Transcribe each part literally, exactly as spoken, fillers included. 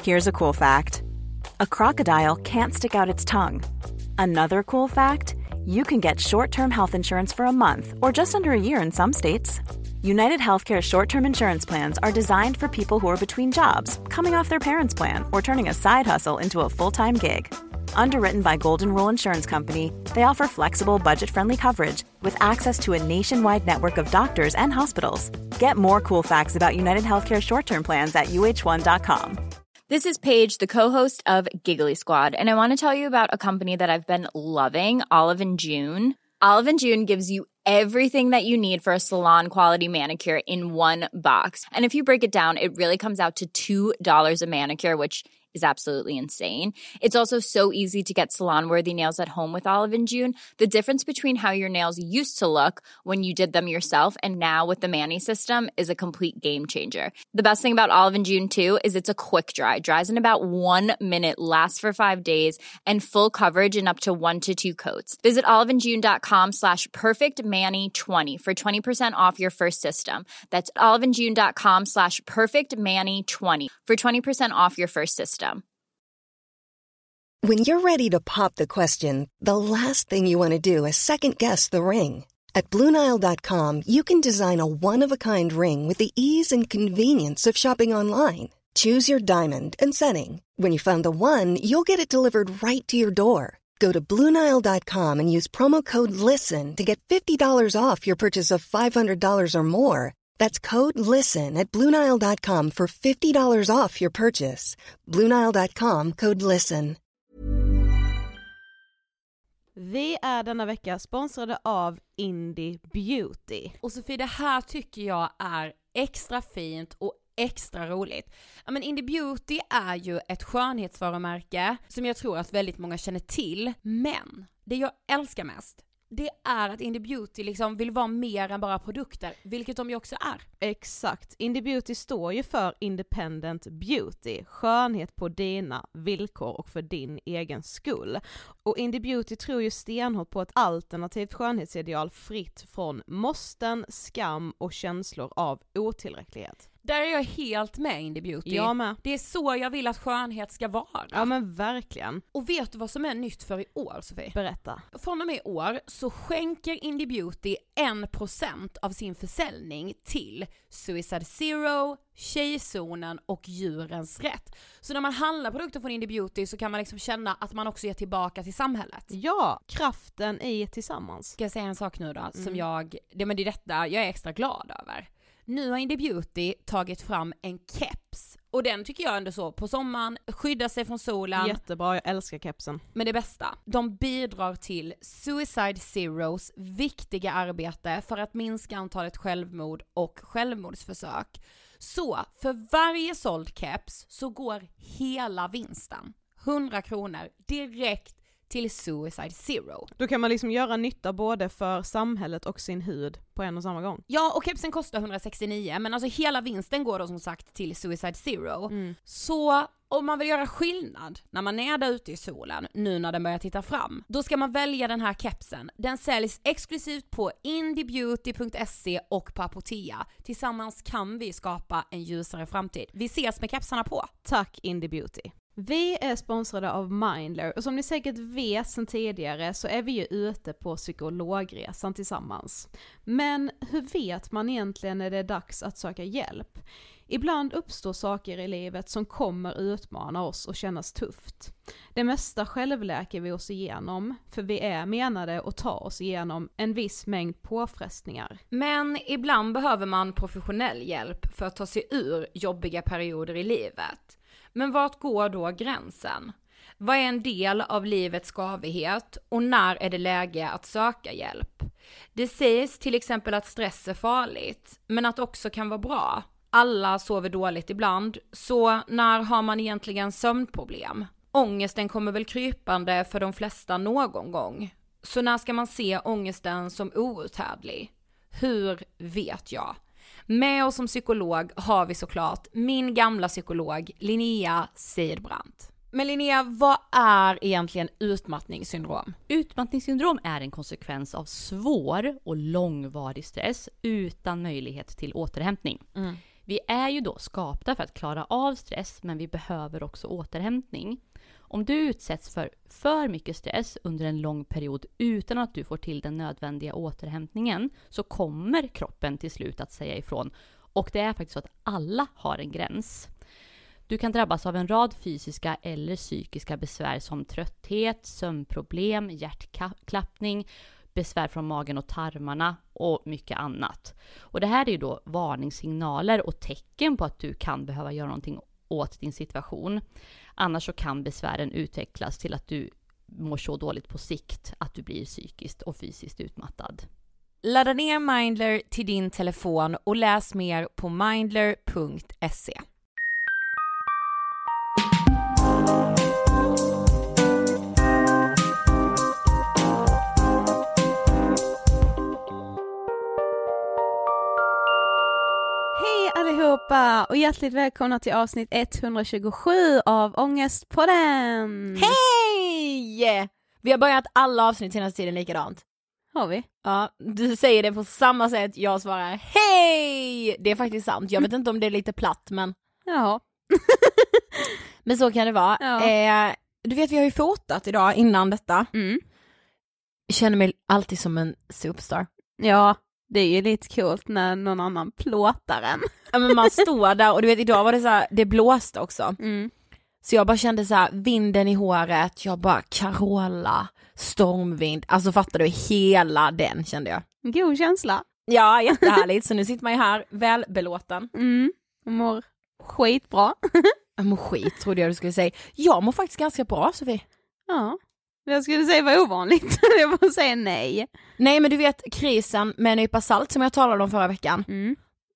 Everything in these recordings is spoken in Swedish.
Here's a cool fact. A crocodile can't stick out its tongue. Another cool fact, you can get short-term health insurance for a month or just under a year in some states. United Healthcare short-term insurance plans are designed for people who are between jobs, coming off their parents' plan, or turning a side hustle into a full-time gig. Underwritten by Golden Rule Insurance Company, they offer flexible, budget-friendly coverage with access to a nationwide network of doctors and hospitals. Get more cool facts about United Healthcare short-term plans at U H one dot com. This is Paige, the co-host of Giggly Squad, and I want to tell you about a company that I've been loving, Olive and June. Olive and June gives you everything that you need for a salon-quality manicure in one box. And if you break it down, it really comes out to two dollars a manicure, which is absolutely insane. It's also so easy to get salon-worthy nails at home with Olive and June. The difference between how your nails used to look when you did them yourself and now with the Mani system is a complete game changer. The best thing about Olive and June, too, is it's a quick dry. Dries in about one minute, lasts for five days, and full coverage in up to one to two coats. Visit oliveandjune.com slash perfectmani20 for twenty percent off your first system. That's oliveandjune.com slash perfectmani20 for twenty percent off your first system. When you're ready to pop the question, the last thing you want to do is second-guess the ring. At Blue Nile dot com, you can design a one-of-a-kind ring with the ease and convenience of shopping online. Choose your diamond and setting. When you find the one, you'll get it delivered right to your door. Go to Blue Nile dot com and use promo code LISTEN to get fifty dollars off your purchase of five hundred dollars or more. That's code LISTEN at Blue Nile dot com for fifty dollars off your purchase. Blue Nile dot com, code LISTEN. Vi är denna vecka sponsrade av Indie Beauty. Och Sofie, det här tycker jag är extra fint och extra roligt. Ja, men Indie Beauty är ju ett skönhetsvarumärke som jag tror att väldigt många känner till. Men det jag älskar mest, det är att Indie Beauty liksom vill vara mer än bara produkter, vilket de ju också är. Exakt. Indie Beauty står ju för Independent Beauty, skönhet på dina villkor och för din egen skull. Och Indie Beauty tror ju stenhårt på ett alternativt skönhetsideal fritt från måsten, skam och känslor av otillräcklighet. Där är jag helt med Indie Beauty. Jag med. Det är så jag vill att skönhet ska vara. Ja men verkligen. Och vet du vad som är nytt för i år, Sofie? Berätta. Från och med i år så skänker Indie Beauty en procent av sin försäljning till Suicide Zero, Tjejzonen och Djurens Rätt. Så när man handlar produkter från Indie Beauty så kan man liksom känna att man också ger tillbaka till samhället. Ja, kraften i tillsammans. Ska jag säga en sak nu då? Mm. Som jag, det, men det är detta jag är extra glad över. Nu har Indie Beauty tagit fram en keps. Och den tycker jag ändå så, på sommaren, skydda sig från solen. Jättebra, jag älskar kepsen. Men det bästa, de bidrar till Suicide Zeros viktiga arbete för att minska antalet självmord och självmordsförsök. Så för varje såld keps så går hela vinsten, hundra kronor, direkt till Suicide Zero. Då kan man liksom göra nytta både för samhället och sin hud på en och samma gång. Ja, och kepsen kostar hundrasextionio, men alltså hela vinsten går då som sagt till Suicide Zero. Mm. Så om man vill göra skillnad när man är där ute i solen, nu när den börjar titta fram, då ska man välja den här kepsen. Den säljs exklusivt på indiebeauty punkt se och på Apotea. Tillsammans kan vi skapa en ljusare framtid. Vi ses med kepsarna på. Tack Indie Beauty. Vi är sponsrade av Mindler och som ni säkert vet sedan tidigare så är vi ju ute på psykologresan tillsammans. Men hur vet man egentligen när det är dags att söka hjälp? Ibland uppstår saker i livet som kommer utmana oss och kännas tufft. Det mesta självläker vi oss igenom, för vi är menade att ta oss igenom en viss mängd påfrestningar. Men ibland behöver man professionell hjälp för att ta sig ur jobbiga perioder i livet. Men vart går då gränsen? Vad är en del av livets skavighet och när är det läge att söka hjälp? Det sägs till exempel att stress är farligt, men att också kan vara bra. Alla sover dåligt ibland, så när har man egentligen sömnproblem? Ångesten kommer väl krypande för de flesta någon gång. Så när ska man se ångesten som outhärdlig? Hur vet jag? Med oss som psykolog har vi såklart min gamla psykolog Linnea Seidbrant. Men Linnea, vad är egentligen utmattningssyndrom? Utmattningssyndrom är en konsekvens av svår och långvarig stress utan möjlighet till återhämtning. Mm. Vi är ju då skapta för att klara av stress, men vi behöver också återhämtning. Om du utsätts för för mycket stress under en lång period utan att du får till den nödvändiga återhämtningen, så kommer kroppen till slut att säga ifrån. Och det är faktiskt så att alla har en gräns. Du kan drabbas av en rad fysiska eller psykiska besvär som trötthet, sömnproblem, hjärtklappning, besvär från magen och tarmarna och mycket annat. Och det här är ju då varningssignaler och tecken på att du kan behöva göra någonting åt din situation. Annars så kan besvären utvecklas till att du mår så dåligt på sikt att du blir psykiskt och fysiskt utmattad. Ladda ner Mindler till din telefon och läs mer på mindler punkt se. Hej allihopa och hjärtligt välkomna till avsnitt etthundratjugosju av Ångestpodden! Hej! Vi har börjat alla avsnitt senaste tiden likadant. Har vi? Ja, du säger det på samma sätt, jag svarar hej! Det är faktiskt sant, jag vet inte om det är lite platt men... Ja. Men så kan det vara. Ja. Eh, du vet, vi har ju fotat idag innan detta. Mm. Jag känner mig alltid som en superstar. Ja, det är ju lite coolt när någon annan plåtar en. Ja, men man står där och du vet, idag var det så här, det blåste också. Mm. Så jag bara kände så här, vinden i håret, jag bara Carola, stormvind. Alltså fattar du, hela den kände jag. God känsla. Ja, jättehärligt. Så nu sitter man ju här väl belåten. Mm. Jag mår skitbra. Jag mår skit, trodde jag du skulle säga. Jag mår faktiskt ganska bra, Sofie. Ja. Jag skulle säga var ovanligt. Jag får säga nej. Nej, men du vet krisen med en nypa salt som jag talade om förra veckan. Mm.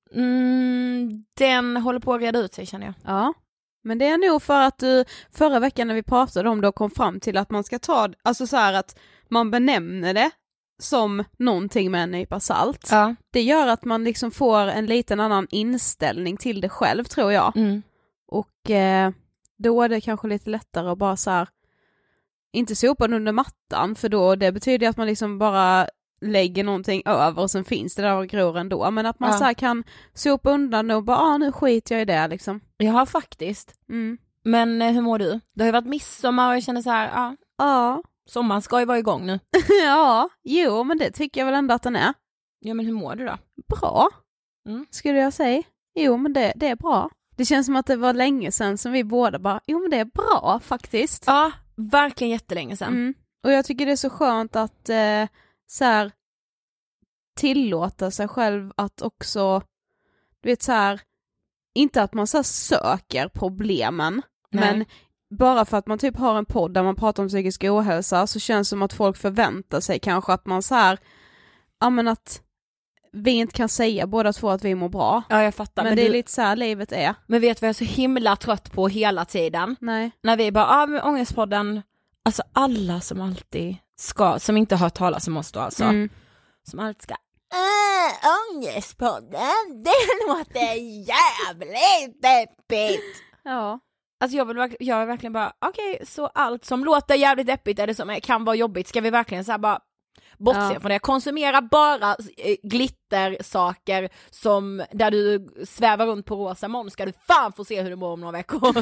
Mm, den håller på att reda ut sig, känner jag. Ja. Men det är nog för att du förra veckan när vi pratade om det och kom fram till att man ska ta, alltså så här att man benämner det som någonting med en nypa salt. Ja. Det gör att man liksom får en liten annan inställning till det själv, tror jag. Mm. Och eh, då är det kanske lite lättare att bara så här, inte sopa under mattan, för då det betyder att man liksom bara lägger någonting över och sen finns det där och gror ändå. Men att man Ja. så här kan sopa undan och bara, ah, nu skiter jag i det liksom. Ja, faktiskt. Mm. Men eh, hur mår du? Det har ju varit midsommar och jag känner så här, ja, Ja. sommaren ska ju vara igång nu. Ja, jo, men det tycker jag väl ändå att den är. Ja, men hur mår du då? Bra, Mm. skulle jag säga. Jo, men det, det är bra. Det känns som att det var länge sedan som vi båda bara, jo men det är bra faktiskt. Ja, verkligen jättelänge sedan. Mm. Och jag tycker det är så skönt att eh, så här, tillåta sig själv att också, du vet så här, inte att man så här söker problemen, Nej. men bara för att man typ har en podd där man pratar om psykisk ohälsa så känns det som att folk förväntar sig kanske att man så här, ja men att vi inte kan säga båda två att vi mår bra. Ja, jag fattar. Men, Men, det är du, lite så här livet är. men vet vad jag är så himla trött på hela tiden? Nej. När vi bara, ja ah, men Ångestpodden, alltså alla som alltid ska, som inte har talat om oss då alltså, Mm. som alltid ska äh, Ångestpodden, det låter jävligt deppigt. Ja. Alltså jag vill, verk- jag vill verkligen bara, okej, okay, så allt som låter jävligt deppigt är det som är, kan vara jobbigt, ska vi verkligen så här bara bortse Ja. från det, konsumera bara eh, glittersaker som, där du svävar runt på rosa moln, ska du fan få se hur du mår om några veckor.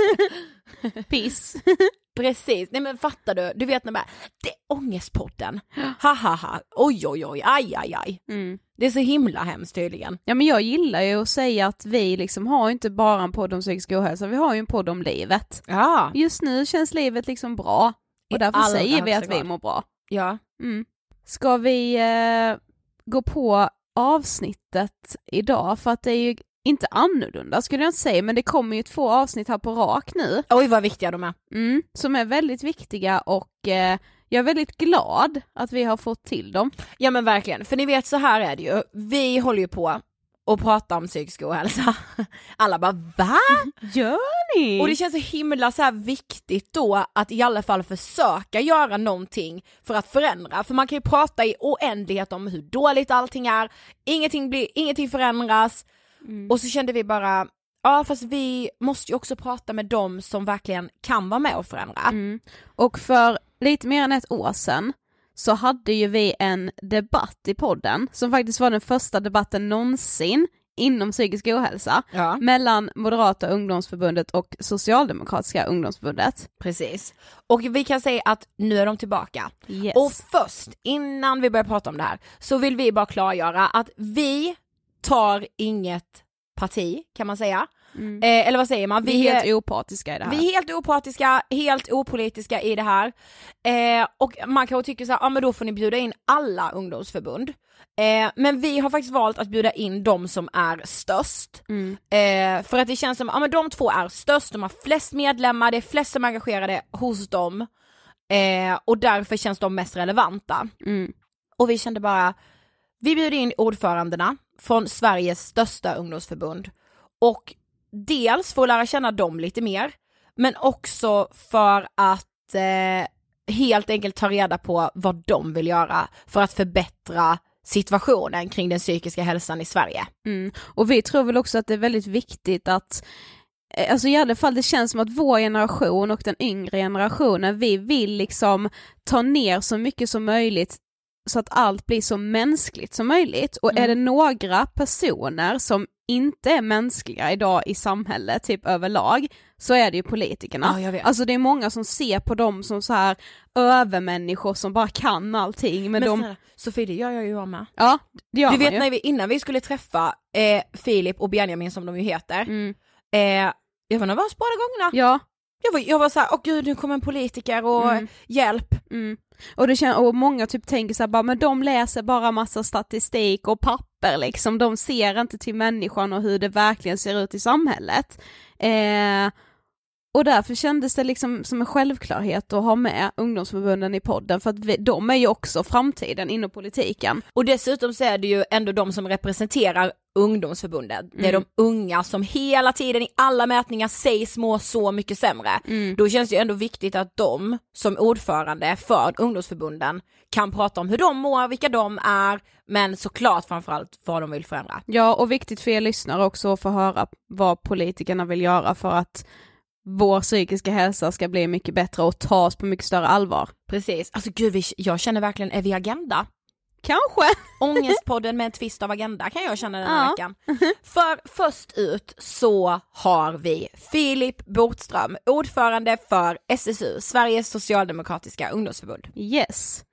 Piss. Precis, nej men fattar du, du vet när bara, det är Ångestpodden, ha ha ha, oj oj oj, aj aj aj. Mm. Det är så himla hemskt tydligen. Ja, men jag gillar ju att säga att vi liksom har inte bara en podd om psykisk ohälsa, vi har ju en podd om livet. Ja. Just nu känns livet liksom bra och I därför allra säger vi att högsta vi grad. mår bra. Ja. Mm. Ska vi eh, gå på avsnittet idag, för att det är ju inte annorlunda skulle jag inte säga, men det kommer ju två avsnitt här på rak nu. Oj vad viktiga de är. Mm, som är väldigt viktiga och eh, jag är väldigt glad att vi har fått till dem. Ja men verkligen, för ni vet så här är det ju, vi håller ju på och pratar om psykisk ohälsa. Alla bara, va? Gör ni? Och det känns så himla så här viktigt då att i alla fall försöka göra någonting för att förändra. För man kan ju prata i oändlighet om hur dåligt allting är, ingenting, blir, ingenting förändras. Mm. Och så kände vi bara, ja fast vi måste ju också prata med dem som verkligen kan vara med och förändra. Mm. Och för lite mer än ett år sedan så hade ju vi en debatt i podden som faktiskt var den första debatten någonsin inom psykisk ohälsa Ja. mellan Moderata ungdomsförbundet och Socialdemokratiska ungdomsförbundet. Precis. Och vi kan säga att nu är de tillbaka. Yes. Och först, innan vi börjar prata om det här, så vill vi bara klargöra att vi tar inget parti, kan man säga. Mm. Eh, eller vad säger man? Vi är helt opartiska i det här. Vi är helt opartiska, helt opolitiska i det här. Eh, och man kan ju tycka så här, ja men då får ni bjuda in alla ungdomsförbund. Eh, men vi har faktiskt valt att bjuda in de som är störst. Mm. Eh, för att det känns som, ja men de två är störst, de har flest medlemmar, det är flest som är engagerade hos dem. Eh, och därför känns de mest relevanta. Mm. Och vi kände bara, vi bjuder in ordförandena från Sveriges största ungdomsförbund. Och dels för att lära känna dem lite mer, men också för att eh, helt enkelt ta reda på vad de vill göra för att förbättra situationen kring den psykiska hälsan i Sverige. Mm. Och vi tror väl också att det är väldigt viktigt att, alltså i alla fall det känns som att vår generation och den yngre generationen, vi vill liksom ta ner så mycket som möjligt så att allt blir så mänskligt som möjligt. Och Mm. är det några personer som inte är mänskliga idag i samhället, typ överlag, så är det ju politikerna. Ja, jag vet. Alltså det är många som ser på dem som så här övermänniskor som bara kan allting. Men, Men de... snälla, Sofie, det gör jag ju med. Ja, det gör Du man vet ju. när vi, innan vi skulle träffa eh, Filip och Benjamin som de ju heter, Mm. eh, jag var nervös båda gångerna. Ja. Jag var, jag var så här, åh gud, nu kommer en politiker och Mm. hjälp. Mm. Och, det kän- och många typ tänker så här, bara, men de läser bara massa statistik och papper liksom, de ser inte till människan och hur det verkligen ser ut i samhället. Eh, och därför kändes det liksom som en självklarhet att ha med ungdomsförbunden i podden, för att vi, de är ju också framtiden inom politiken. Och dessutom så är det ju ändå de som representerar ungdomsförbundet. Det är Mm. de unga som hela tiden i alla mätningar sägs må så mycket sämre. Mm. Då känns det ju ändå viktigt att de som ordförande för ungdomsförbunden kan prata om hur de mår, vilka de är, men såklart framförallt vad de vill förändra. Ja, och viktigt för er lyssnare också att få höra vad politikerna vill göra för att vår psykiska hälsa ska bli mycket bättre och tas på mycket större allvar. Precis, alltså gud, vi, jag känner verkligen, är vi Agenda? Kanske. Ångestpodden med en twist av Agenda kan jag känna den här Ja. veckan. För först ut så har vi Filip Botström, ordförande för S S U, Sveriges socialdemokratiska ungdomsförbund. Yes.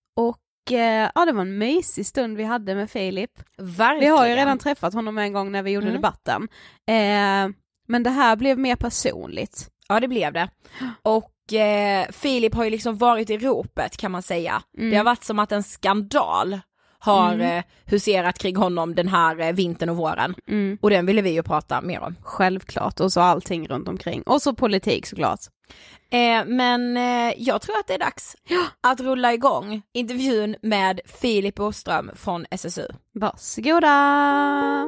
Och eh, ja, det var en mysig stund vi hade med Filip. Verkligen. Vi har ju redan träffat honom en gång när vi gjorde Mm. debatten. Eh, men det här blev mer personligt. Ja, det blev det. Och eh, Filip har ju liksom varit i ropet, kan man säga. Mm. Det har varit som att en skandal har Mm. eh, huserat kring honom den här eh, vintern och våren. Mm. Och den ville vi ju prata mer om. Självklart, och så allting runt omkring. Och så politik såklart. Eh, men eh, jag tror att det är dags att rulla igång intervjun med Filip Botström från S S U. Varsågoda!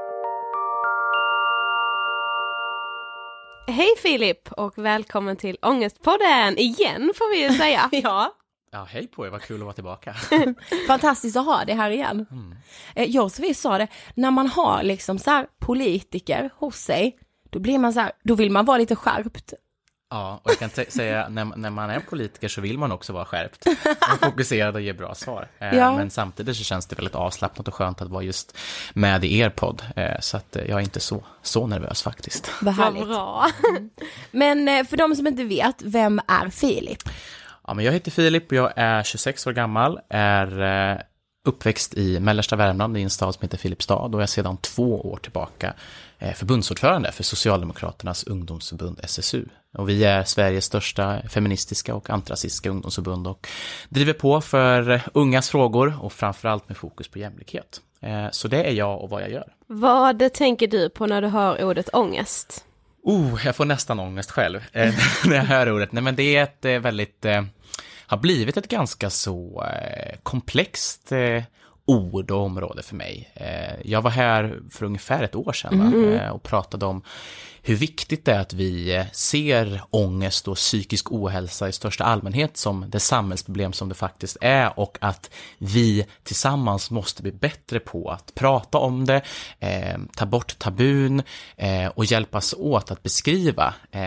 Hej Filip och välkommen till Ångestpodden igen, får vi ju säga. Ja, Ja, hej på er, vad kul att vara tillbaka. fantastiskt att ha det här igen. Mm. Eh, jag och Sofie sa det, när man har liksom så här politiker hos sig, då blir man så här, då vill man vara lite skärpt. Ja, och jag kan t- säga, när, när man är politiker så vill man också vara skärpt. Och fokuserad och ge bra svar. Eh, Ja. Men samtidigt så känns det väldigt avslappnat och skönt att vara just med i er podd. Eh, så att eh, jag är inte så, så nervös faktiskt. Vad Vad härligt. bra. Men eh, för de som inte vet, vem är Filip? Ja, men jag heter Filip och jag är tjugosex år gammal, är eh, uppväxt i mellersta Värmland i en stad som heter Filipstad, och jag är sedan två år tillbaka eh, förbundsordförande för Socialdemokraternas ungdomsförbund S S U. Och vi är Sveriges största feministiska och antirasistiska ungdomsförbund och driver på för ungas frågor och framförallt med fokus på jämlikhet. Eh, så det är jag och vad jag gör. Vad tänker du på när du hör ordet ångest? Oh, jag får nästan ångest själv eh, när jag hör ordet. Nej, men det är ett eh, väldigt, eh, har blivit ett ganska så eh, komplext eh, ord och område för mig. Eh, jag var här för ungefär ett år sedan va? Eh, och pratade om hur viktigt det är att vi eh, ser ångest och psykisk ohälsa i största allmänhet som det samhällsproblem som det faktiskt är, och att vi tillsammans måste bli bättre på att prata om det, eh, ta bort tabun eh, och hjälpas åt att beskriva eh,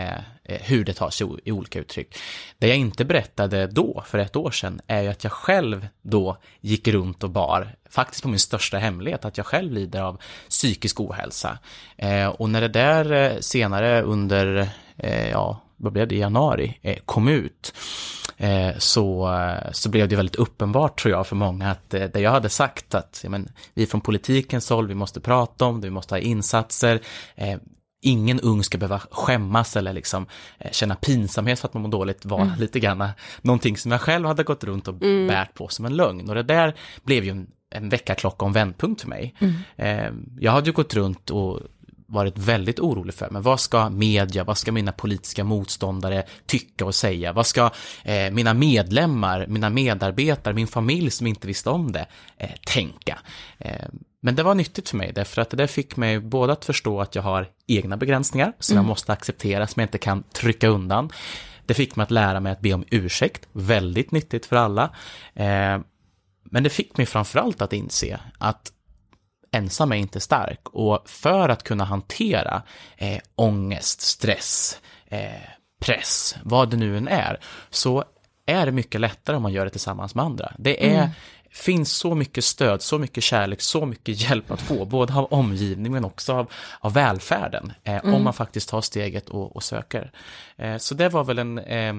eh, hur det tar sig i, i olika uttryck. Det jag inte berättade då, för ett år sedan, är ju att jag själv då gick runt och bar, faktiskt på min största hemlighet, att jag själv lider av psykisk ohälsa. Eh, och när det där eh, senare under, eh, ja, vad blev det, i januari, eh, kom ut, eh, så, så blev det väldigt uppenbart, tror jag, för många att eh, det jag hade sagt att ja, men, vi från politikens håll, vi måste prata om det, vi måste ha insatser, eh, ingen ung ska behöva skämmas eller liksom eh, känna pinsamhet för att man mår dåligt, var mm. lite grann någonting som jag själv hade gått runt och mm. bärt på som en lögn. Och det där blev ju en, en väckarklocka och en vändpunkt för mig. Mm. Eh, jag hade ju gått runt och varit väldigt orolig för, men vad ska media, vad ska mina politiska motståndare tycka och säga? Vad ska eh, mina medlemmar, mina medarbetare, min familj som inte visste om det eh, tänka? Eh, men det var nyttigt för mig, därför att det där fick mig både att förstå att jag har egna begränsningar som mm. jag måste acceptera, som jag inte kan trycka undan. Det fick mig att lära mig att be om ursäkt, väldigt nyttigt för alla. Eh, men det fick mig framförallt att inse att ensam är inte stark, och för att kunna hantera eh, ångest, stress, eh, press, vad det nu än är, så är det mycket lättare om man gör det tillsammans med andra. Det är, mm. finns så mycket stöd, så mycket kärlek, så mycket hjälp att få, både av omgivningen men också av, av välfärden, eh, mm. om man faktiskt tar steget och, och söker. Eh, så det var väl en... Eh,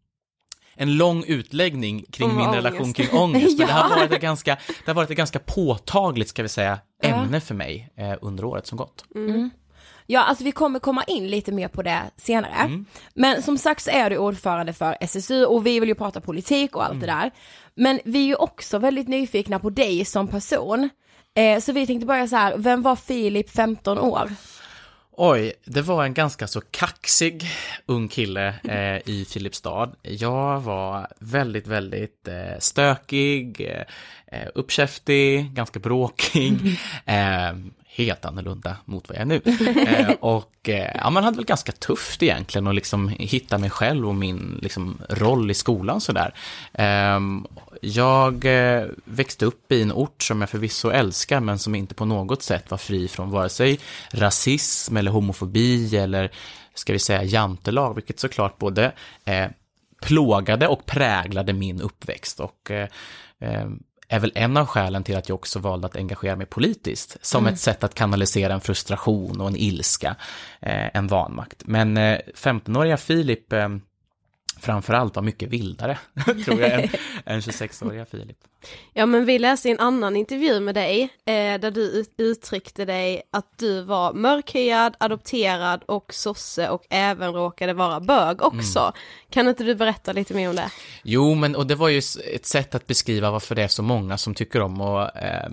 En lång utläggning kring om min ångest. relation kring ångest. Men ja. det, har varit ett ganska, det har varit ett ganska påtagligt, ska vi säga, ämne ja. för mig eh, under året som gått. Mm. Ja, alltså vi kommer komma in lite mer på det senare. Mm. Men som sagt så är du ordförande för S S U och vi vill ju prata politik och allt mm. det där. Men vi är ju också väldigt nyfikna på dig som person. Eh, så vi tänkte börja så här, vem var Filip femton år? Oj, det var en ganska så kaxig ung kille eh, i Filipstad. Jag var väldigt, väldigt eh, stökig, eh, uppkäftig, ganska bråkig, eh, helt annorlunda mot vad jag är nu. eh, och eh, ja, man hade väl ganska tufft egentligen att liksom hitta mig själv och min liksom, roll i skolan sådär. Eh, jag eh, växte upp i en ort som jag förvisso älskar, men som inte på något sätt var fri från vare sig rasism eller homofobi eller, ska vi säga, jantelag, vilket såklart både eh, plågade och präglade min uppväxt. Och eh, eh, är väl en av skälen till att jag också valde att engagera mig politiskt som mm. ett sätt att kanalisera en frustration och en ilska, eh, en vanmakt. Men eh, femtonåriga Filip eh, framförallt var mycket vildare, tror jag, än, än tjugosexåriga Filip. Ja, men vi läste en annan intervju med dig eh, där du uttryckte dig att du var mörkhyad, adopterad och sosse och även råkade vara bög också. Mm. Kan inte du berätta lite mer om det? Jo, men och det var ju ett sätt att beskriva varför det är så många som tycker om att eh,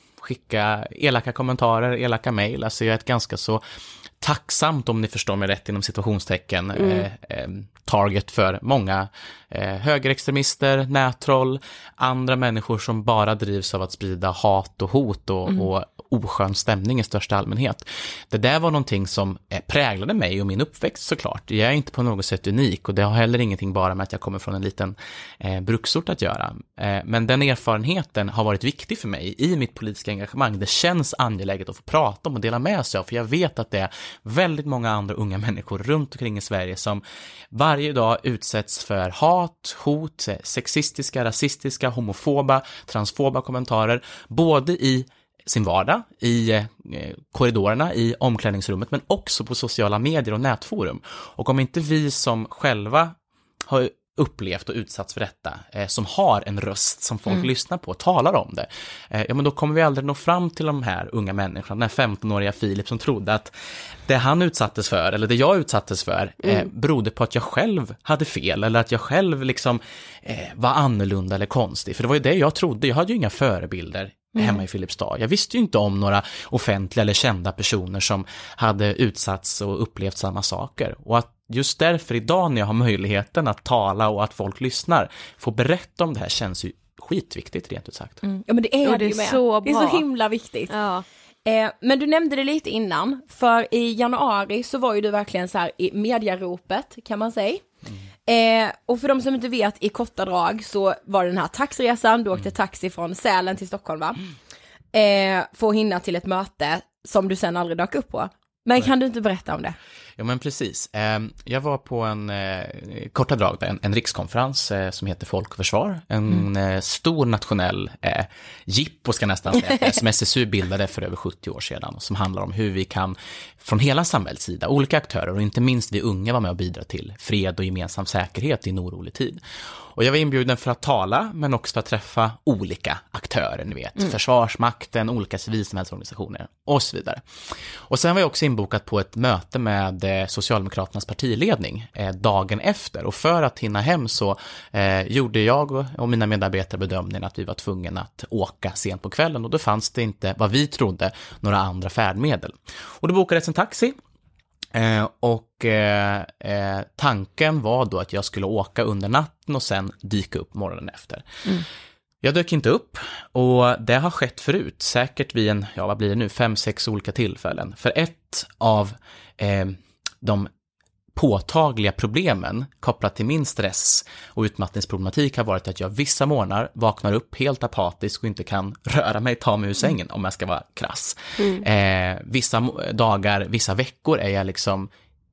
skicka elaka kommentarer, elaka mejl. Alltså jag är ett ganska så tacksamt, om ni förstår mig rätt inom situationstecken, mm. eh, eh, target för många eh, högerextremister, nättroll, andra människor som bara drivs av att sprida hat och hot och, mm. och oskön stämning i största allmänhet. Det där var någonting som eh, präglade mig och min uppväxt såklart. Jag är inte på något sätt unik och det har heller ingenting bara med att jag kommer från en liten eh, bruksort att göra. Eh, men den erfarenheten har varit viktig för mig i mitt politiska engagemang. Det känns angeläget att få prata om och dela med sig av, för jag vet att det är väldigt många andra unga människor runt omkring i Sverige som varje dag utsätts för hat, hot, sexistiska, rasistiska, homofoba, transfoba kommentarer, både i sin vardag, i eh, korridorerna, i omklädningsrummet, men också på sociala medier och nätforum. Och om inte vi som själva har upplevt och utsatts för detta, eh, som har en röst som folk mm. lyssnar på och talar om det, eh, ja, men då kommer vi aldrig nå fram till de här unga människorna, den här femtonåriga Filip som trodde att det han utsattes för, eller det jag utsattes för, eh, mm. berodde på att jag själv hade fel, eller att jag själv liksom eh, var annorlunda eller konstig. För det var ju det jag trodde, jag hade ju inga förebilder hemma mm. i Filipstad. Jag visste ju inte om några offentliga eller kända personer som hade utsatts och upplevt samma saker. Och att just därför idag när jag har möjligheten att tala och att folk lyssnar, få berätta om det här känns ju skitviktigt, rent ut sagt. Mm. Ja, men det är, ja, det är ju med. Så det är så himla viktigt. Ja. Eh, men du nämnde det lite innan, för i januari så var ju du verkligen så här i mediaropet, kan man säga. Mm. Eh, och för de som inte vet, i korta drag så var det den här taxiresan, du åkte taxi från Sälen till Stockholm, va? Eh, för att hinna till ett möte som du sen aldrig dök upp på. Men kan du inte berätta om det? Ja, men precis. Jag var på en korta drag där, en, en rikskonferens som heter Folk och Försvar. En mm. stor nationell eh, jippo ska nästan säga, som S S U bildade för över sjuttio år sedan. Som handlar om hur vi kan från hela samhällets sida, olika aktörer och inte minst vi unga vara med och bidra till fred och gemensam säkerhet i en orolig tid. Och jag var inbjuden för att tala, men också för att träffa olika aktörer, ni vet. Mm. Försvarsmakten, olika civilsamhällsorganisationer och så vidare. Och sen var jag också inbokat på ett möte med eh, Socialdemokraternas partiledning eh, dagen efter. Och för att hinna hem så eh, gjorde jag och, och mina medarbetare bedömningen att vi var tvungna att åka sent på kvällen. Och då fanns det inte, vad vi trodde, några andra färdmedel. Och då bokades en taxi. Eh, och eh, eh, tanken var då att jag skulle åka under natten och sen dyka upp morgonen efter. Mm. Jag dök inte upp och det har skett förut, säkert vid en, ja vad blir det nu, fem, sex olika tillfällen. För ett av eh, de påtagliga problemen kopplat till min stress och utmattningsproblematik har varit att jag vissa morgnar vaknar upp helt apatisk och inte kan röra mig, ta mig ur sängen om jag ska vara krass. Mm. Eh, vissa dagar, vissa veckor är jag liksom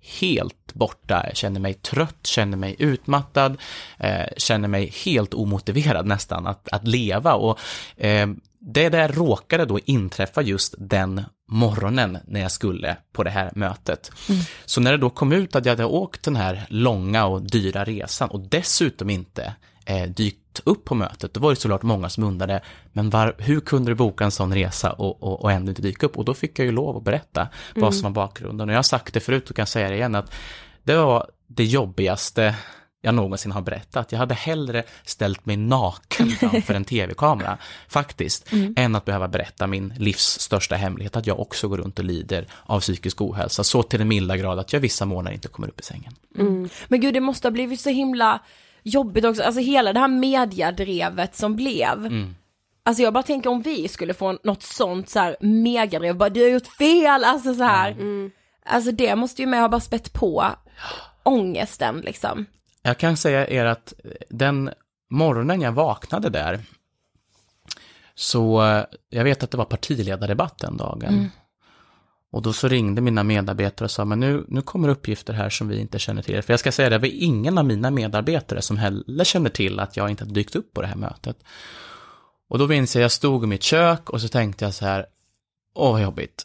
helt borta, jag känner mig trött, känner mig utmattad, eh, känner mig helt omotiverad nästan att, att leva och eh, det där råkade då inträffa just den morgonen när jag skulle på det här mötet. Mm. Så när det då kom ut att jag hade åkt den här långa och dyra resan och dessutom inte eh, dykt upp på mötet, då var det såklart många som undrade, men var, hur kunde du boka en sån resa och, och, och ändå inte dyka upp? Och då fick jag ju lov att berätta mm. vad som var bakgrunden. Och jag har sagt det förut och kan säga det igen, att det var det jobbigaste jag någonsin har berättat. Jag hade hellre ställt mig naken framför en tv-kamera faktiskt, mm. än att behöva berätta min livs största hemlighet, att jag också går runt och lider av psykisk ohälsa, så till en milda grad att jag vissa månader inte kommer upp i sängen. Mm. Men gud, det måste ha blivit så himla jobbigt också, alltså hela det här mediadrevet som blev. Mm. Alltså jag bara tänker om vi skulle få något sånt så här megadrev, bara du har gjort fel, alltså så här. Mm. Alltså det måste ju med ha bara spett på ångesten liksom. Jag kan säga er att den morgonen jag vaknade där, så jag vet att det var partiledardebatt den dagen. Mm. Och då så ringde mina medarbetare och sa, men nu, nu kommer uppgifter här som vi inte känner till. För jag ska säga det, det var ingen av mina medarbetare som heller känner till att jag inte hade dykt upp på det här mötet. Och då minns jag, jag stod i mitt kök och så tänkte jag så här, åh vad jobbigt.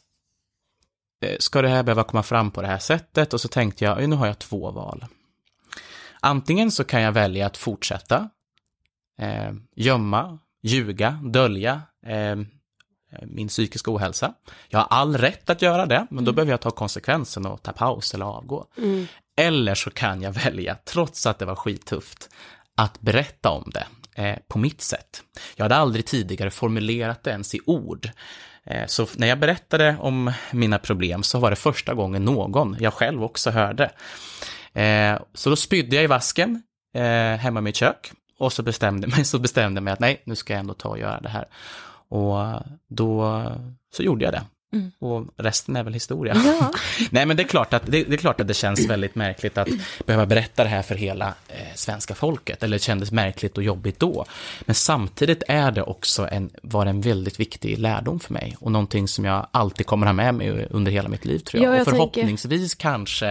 Ska det här behöva komma fram på det här sättet? Och så tänkte jag, nu har jag två val. Antingen så kan jag välja att fortsätta eh, gömma, ljuga, dölja eh, min psykiska ohälsa. Jag har all rätt att göra det, men då mm. behöver jag ta konsekvensen och ta paus eller avgå. Mm. Eller så kan jag välja, trots att det var skittufft, att berätta om det eh, på mitt sätt. Jag hade aldrig tidigare formulerat det ens i ord. Eh, så när jag berättade om mina problem så var det första gången någon, jag själv också, hörde. Eh, så då spydde jag i vasken eh, hemma i mitt kök och så bestämde mig så bestämde mig att nej, nu ska jag ändå ta och göra det här. Och då så gjorde jag det. Mm. Och resten är väl historia. Ja. Nej, men det är klart att det, det är klart att det känns väldigt märkligt att behöva berätta det här för hela eh, svenska folket, eller det kändes märkligt och jobbigt då. Men samtidigt är det också en var en väldigt viktig lärdom för mig och någonting som jag alltid kommer ha med mig under hela mitt liv, tror jag. Ja, jag och förhoppningsvis tänker... kanske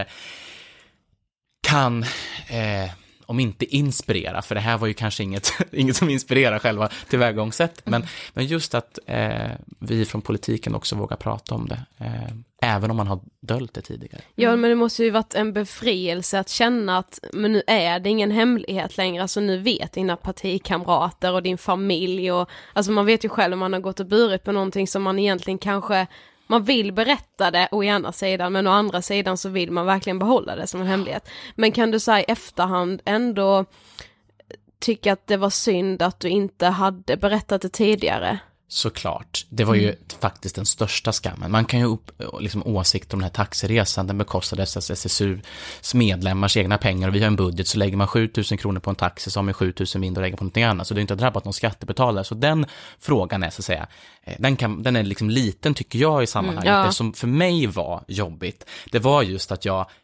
kan eh, om inte inspirera, för det här var ju kanske inget, inget som inspirerar själva tillvägagångssätt, men, men just att eh, vi från politiken också vågar prata om det, eh, även om man har döljt det tidigare. Ja, men det måste ju varit en befrielse att känna att men nu är det ingen hemlighet längre, alltså nu vet dina partikamrater och din familj, och alltså man vet ju själv om man har gått och burit på någonting som man egentligen kanske man vill berätta det å ena sidan, men å andra sidan så vill man verkligen behålla det som en hemlighet. Men kan du säga i efterhand ändå tycka att det var synd att du inte hade berättat det tidigare? Såklart. Det var ju mm. faktiskt den största skammen. Man kan ju upp liksom, åsikter om den här taxiresan. Den bekostades av S S U:s medlemmars egna pengar. Och vi har en budget, så lägger man sjutusen kronor på en taxi så har man sjutusen mindre att lägga på någonting annat. Så det är inte drabbat någon skattebetalare. Så den frågan är så att säga, den, kan, den är liksom liten tycker jag i sammanhanget. Mm, ja. Det som för mig var jobbigt, det var just att jag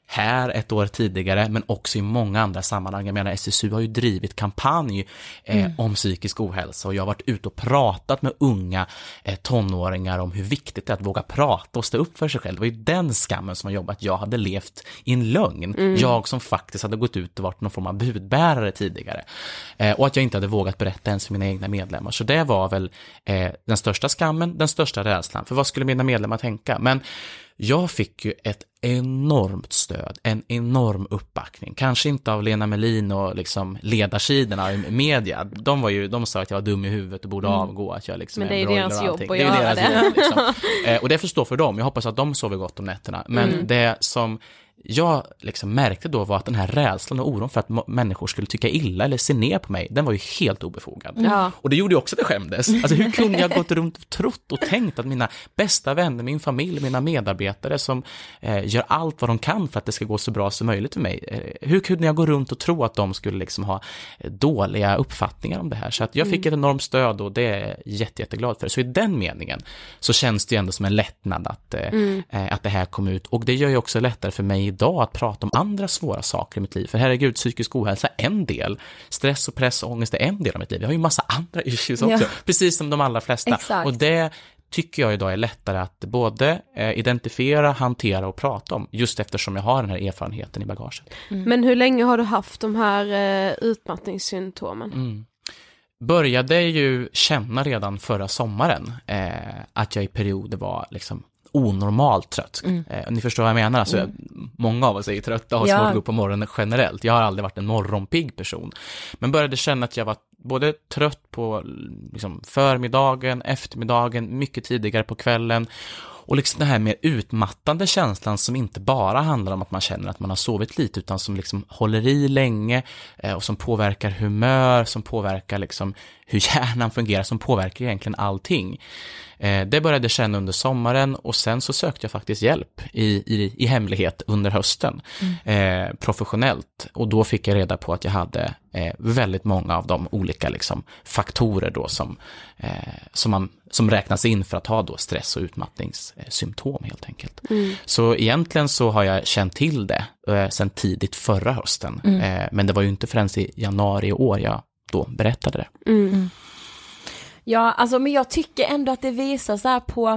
här ett år tidigare, men också i många andra sammanhang. Jag menar, S S U har ju drivit kampanj eh, mm. om psykisk ohälsa, och jag har varit ute och pratat med unga eh, tonåringar om hur viktigt det är att våga prata och stå upp för sig själv. Det var ju den skammen som har jobbat. Jag hade levt i en lögn. Mm. Jag som faktiskt hade gått ut och varit någon form av budbärare tidigare. Eh, och att jag inte hade vågat berätta ens för mina egna medlemmar. Så det var väl eh, den största skammen, den största rädslan. För vad skulle mina medlemmar tänka? Men jag fick ju ett enormt stöd, en enorm uppbackning. Kanske inte av Lena Melin och liksom ledarsidorna i media. De var ju, de sa att jag var dum i huvudet och borde mm. avgå. Att jag liksom Men det är, är deras jobb att det göra är det. Jobb, liksom. eh, och det förstår för dem. Jag hoppas att de sover gott om nätterna. Men mm. det som jag liksom märkte då var att den här rädslan och oron för att m- människor skulle tycka illa eller se ner på mig, den var ju helt obefogad. Ja. Och det gjorde ju också att jag skämdes. Alltså hur kunde jag gått runt och trott och tänkt att mina bästa vänner, min familj, mina medarbetare som eh, gör allt vad de kan för att det ska gå så bra som möjligt för mig. Eh, hur kunde jag gå runt och tro att de skulle liksom ha eh, dåliga uppfattningar om det här? Så att jag fick ett enormt stöd, och det är jag jätte, jätteglad för. Så i den meningen så känns det ju ändå som en lättnad att, eh, mm. eh, att det här kom ut. Och det gör ju också lättare för mig idag att prata om andra svåra saker i mitt liv. För herregud, psykisk ohälsa är en del. Stress och press och ångest är en del av mitt liv. Jag har ju massa andra issues också. Ja. Precis som de allra flesta. Exakt. Och det tycker jag idag är lättare att både eh, identifiera, hantera och prata om. Just eftersom jag har den här erfarenheten i bagaget. Mm. Men hur länge har du haft de här eh, utmattningssymptomen? Mm. Började ju känna redan förra sommaren eh, att jag i perioder var liksom onormalt trött. Mm. Eh, ni förstår vad jag menar. Alltså, mm. Många av oss är ju trötta och har ja. svårt att gå på morgonen generellt. Jag har aldrig varit en morgonpigg person. Men började känna att jag var både trött på liksom, förmiddagen, eftermiddagen, mycket tidigare på kvällen. Och liksom den här mer utmattande känslan som inte bara handlar om att man känner att man har sovit lite, utan som liksom håller i länge eh, och som påverkar humör, som påverkar liksom hur hjärnan fungerar, som påverkar egentligen allting. Eh, det började jag känna under sommaren, och sen så sökte jag faktiskt hjälp i, i, i hemlighet under hösten, mm. eh, professionellt. Och då fick jag reda på att jag hade eh, väldigt många av de olika liksom, faktorer då som, eh, som, man, som räknas in för att ha då stress- och utmattningssymptom helt enkelt. Mm. Så egentligen så har jag känt till det eh, sedan tidigt förra hösten. Mm. Eh, men det var ju inte förrän i januari i år jag då berättade det. Mm. Ja, alltså men jag tycker ändå att det visar så här på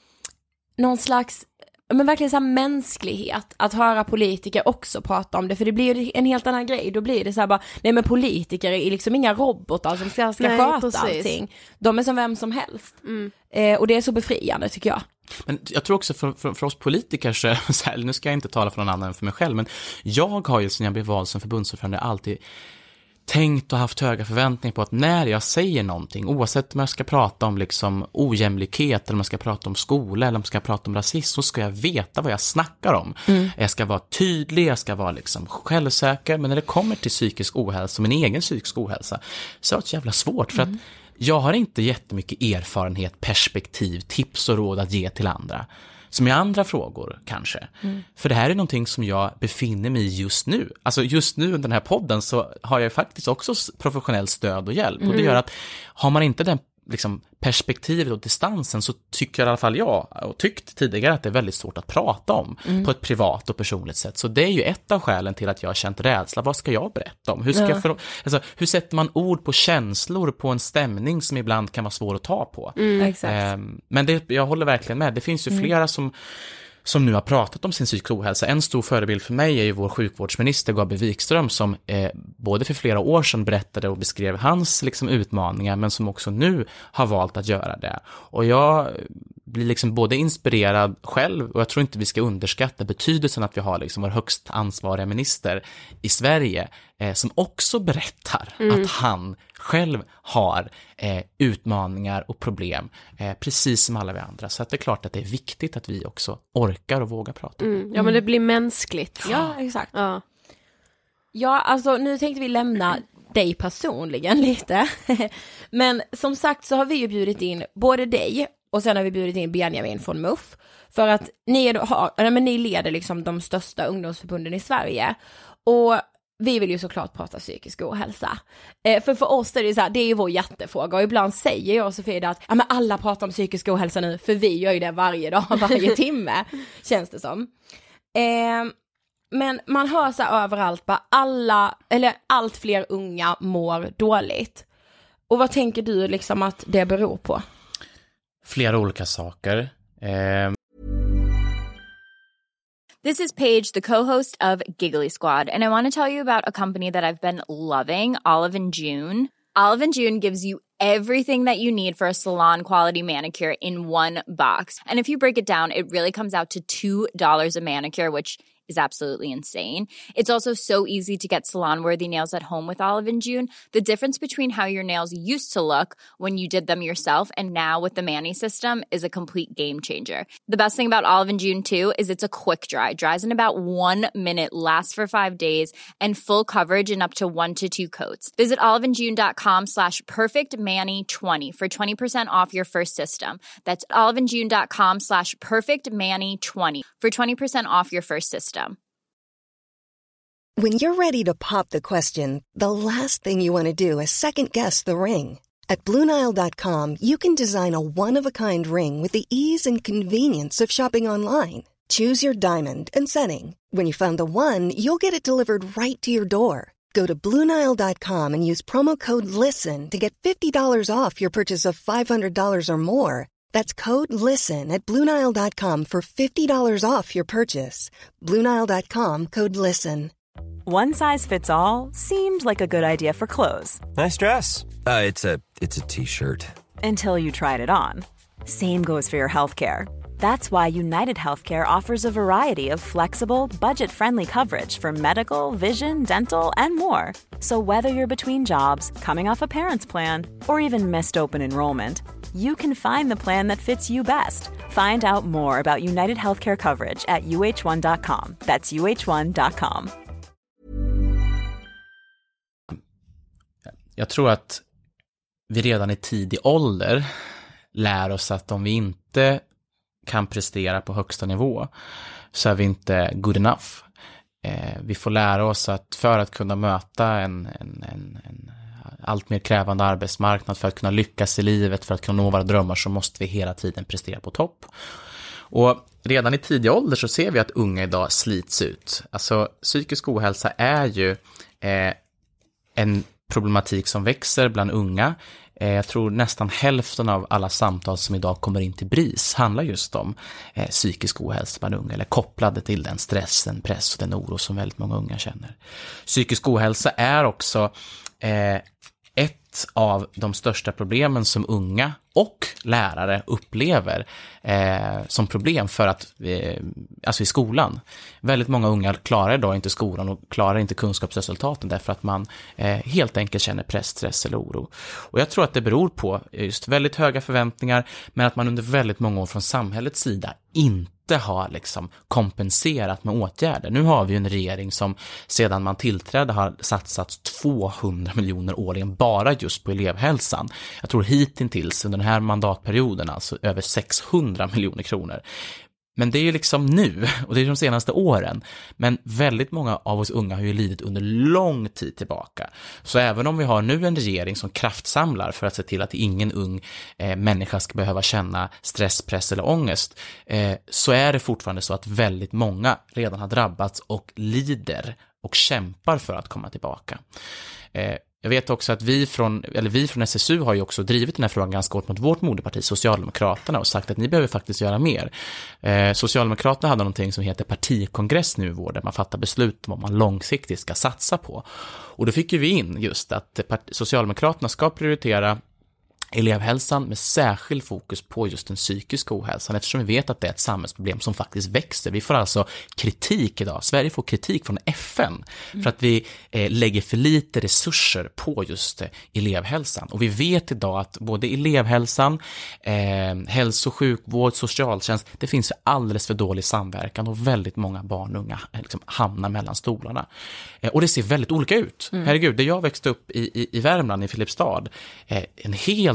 någon slags, men verkligen så här mänsklighet att höra politiker också prata om det, för det blir ju en helt annan grej. Då blir det så här bara, nej men politiker är liksom inga robotar som ska, ska nej, sköta precis. allting. De är som vem som helst. Mm. Eh, och det är så befriande tycker jag. Men jag tror också för, för, för oss politiker så, så här, nu ska jag inte tala för någon annan än för mig själv, men jag har ju sen jag blev vald som förbundsordförande alltid tänkt och haft höga förväntningar på att när jag säger någonting, oavsett om jag ska prata om liksom ojämlikhet eller om jag ska prata om skola eller om jag ska prata om rasism, så ska jag veta vad jag snackar om. Mm. Jag ska vara tydlig, jag ska vara liksom självsäker, men när det kommer till psykisk ohälsa, min egen psykisk ohälsa, så är det så jävla svårt för mm. att jag har inte jättemycket erfarenhet, perspektiv, tips och råd att ge till andra. Som i andra frågor kanske. Mm. För det här är någonting som jag befinner mig i just nu. Alltså just nu under den här podden så har jag faktiskt också professionellt stöd och hjälp. Mm. Och det gör att har man inte den liksom, perspektivet och distansen, så tycker i alla fall jag och tyckt tidigare att det är väldigt svårt att prata om mm. på ett privat och personligt sätt. Så det är ju ett av skälen till att jag har känt rädsla. Vad ska jag berätta om? Hur, ska ja. jag för, alltså, hur sätter man ord på känslor på en stämning som ibland kan vara svår att ta på? Mm. Exakt. Um, men det, jag håller verkligen med. Det finns ju mm. flera som som nu har pratat om sin psykisk ohälsa. En stor förebild för mig är ju vår sjukvårdsminister Gabriel Wikström, som eh, både för flera år sedan berättade och beskrev hans liksom, utmaningar, men som också nu har valt att göra det. Och jag blir liksom både inspirerad själv, och jag tror inte vi ska underskatta betydelsen att vi har liksom vår högst ansvariga minister i Sverige eh, som också berättar mm. att han själv har eh, utmaningar och problem eh, precis som alla vi andra. Så att det är klart att det är viktigt att vi också orkar och vågar prata. Mm. Ja, men det blir mänskligt. Ja, exakt. Ja, ja alltså nu tänkte vi lämna dig personligen lite. Men som sagt så har vi ju bjudit in både dig och sen har vi bjudit in Benjamin från M U F. För att ni, har, eller, men ni leder liksom de största ungdomsförbunden i Sverige. Och vi vill ju såklart prata psykisk ohälsa. Eh, för för oss är det så här, det är ju vår hjärtefråga. Och ibland säger jag och Sofie att ja, men alla pratar om psykisk ohälsa nu. För vi gör ju det varje dag, varje timme. Känns det som. Eh, men man hör så här överallt bara alla, eller allt fler unga mår dåligt. Och vad tänker du liksom att det beror på? Flera olika saker. Eh... This is Paige, the co-host of Giggly Squad, and I want to tell you about a company that I've been loving, Olive and June. Olive and June gives you everything that you need for a salon quality manicure in one box. And if you break it down, it really comes out to two dollars a manicure, which is absolutely insane. It's also so easy to get salon-worthy nails at home with Olive and June. The difference between how your nails used to look when you did them yourself and now with the Mani system is a complete game changer. The best thing about Olive and June too is it's a quick dry. Dries in about one minute, lasts for five days, and full coverage in up to one to two coats. Visit oliveandjune.com slash perfectmani20 for twenty percent off your first system. That's oliveandjune.com slash perfectmani20 for twenty percent off your first system. When you're ready to pop the question, the last thing you want to do is second-guess the ring. At Blue Nile dot com, you can design a one-of-a-kind ring with the ease and convenience of shopping online. Choose your diamond and setting. When you find the one, you'll get it delivered right to your door. Go to Blue Nile dot com and use promo code LISTEN to get fifty dollars off your purchase of five hundred dollars or more. That's code LISTEN at Blue Nile dot com for fifty dollars off your purchase. Blue Nile dot com, code LISTEN. One size fits all seemed like a good idea for clothes. Nice dress. Uh, it's a it's a t-shirt. Until you tried it on. Same goes for your healthcare. That's why United Healthcare offers a variety of flexible, budget-friendly coverage for medical, vision, dental, and more. So whether you're between jobs, coming off a parent's plan, or even missed open enrollment, you can find the plan that fits you best. Find out more about United Healthcare coverage at U H one dot com. That's U H one dot com. Jag tror att vi redan i tidig ålder lär oss att om vi inte kan prestera på högsta nivå så är vi inte good enough. Eh, vi får lära oss att för att kunna möta en, en, en, en allt mer krävande arbetsmarknad, för att kunna lyckas i livet, för att kunna nå våra drömmar, så måste vi hela tiden prestera på topp. Och redan i tidig ålder så ser vi att unga idag slits ut. Alltså psykisk ohälsa är ju eh, en problematik som växer bland unga. Eh, jag tror nästan hälften av alla samtal som idag kommer in till B R I S handlar just om eh, psykisk ohälsa bland unga, eller kopplade till den stress, den press och den oro som väldigt många unga känner. Psykisk ohälsa är också eh, ett av de största problemen som unga och lärare upplever eh, som problem för att eh, alltså i skolan. Väldigt många unga klarar idag inte skolan och klarar inte kunskapsresultaten därför att man eh, helt enkelt känner press, stress eller oro. Och jag tror att det beror på just väldigt höga förväntningar, men att man under väldigt många år från samhällets sida inte har liksom kompenserat med åtgärder. Nu har vi en regering som sedan man tillträdde har satsat tvåhundra miljoner årligen bara just på elevhälsan. Jag tror hittills under den här mandatperioden alltså över sexhundra miljoner kronor. Men det är ju liksom nu, och det är de senaste åren. Men väldigt många av oss unga har ju lidit under lång tid tillbaka. Så även om vi har nu en regering som kraftsamlar för att se till att ingen ung eh, människa ska behöva känna stress, press eller ångest, eh, så är det fortfarande så att väldigt många redan har drabbats och lider och kämpar för att komma tillbaka. Eh, Jag vet också att vi från, eller vi från S S U har ju också drivit den här frågan ganska hårt mot vårt moderparti Socialdemokraterna och sagt att ni behöver faktiskt göra mer. Eh, Socialdemokraterna hade någonting som heter partikongress nu i vår, där man fattar beslut om vad man långsiktigt ska satsa på. Och då fick ju vi in just att Socialdemokraterna ska prioritera elevhälsan med särskild fokus på just den psykiska ohälsan, eftersom vi vet att det är ett samhällsproblem som faktiskt växer. Vi får alltså kritik idag. Sverige får kritik från F N mm. för att vi eh, lägger för lite resurser på just eh, elevhälsan. Och vi vet idag att både elevhälsan, eh, hälso- och sjukvård, socialtjänst, det finns alldeles för dålig samverkan och väldigt många barn och unga eh, liksom hamnar mellan stolarna. Eh, och det ser väldigt olika ut. Mm. Herregud, där jag växte upp i, i, i Värmland, i Filipstad, eh, en hel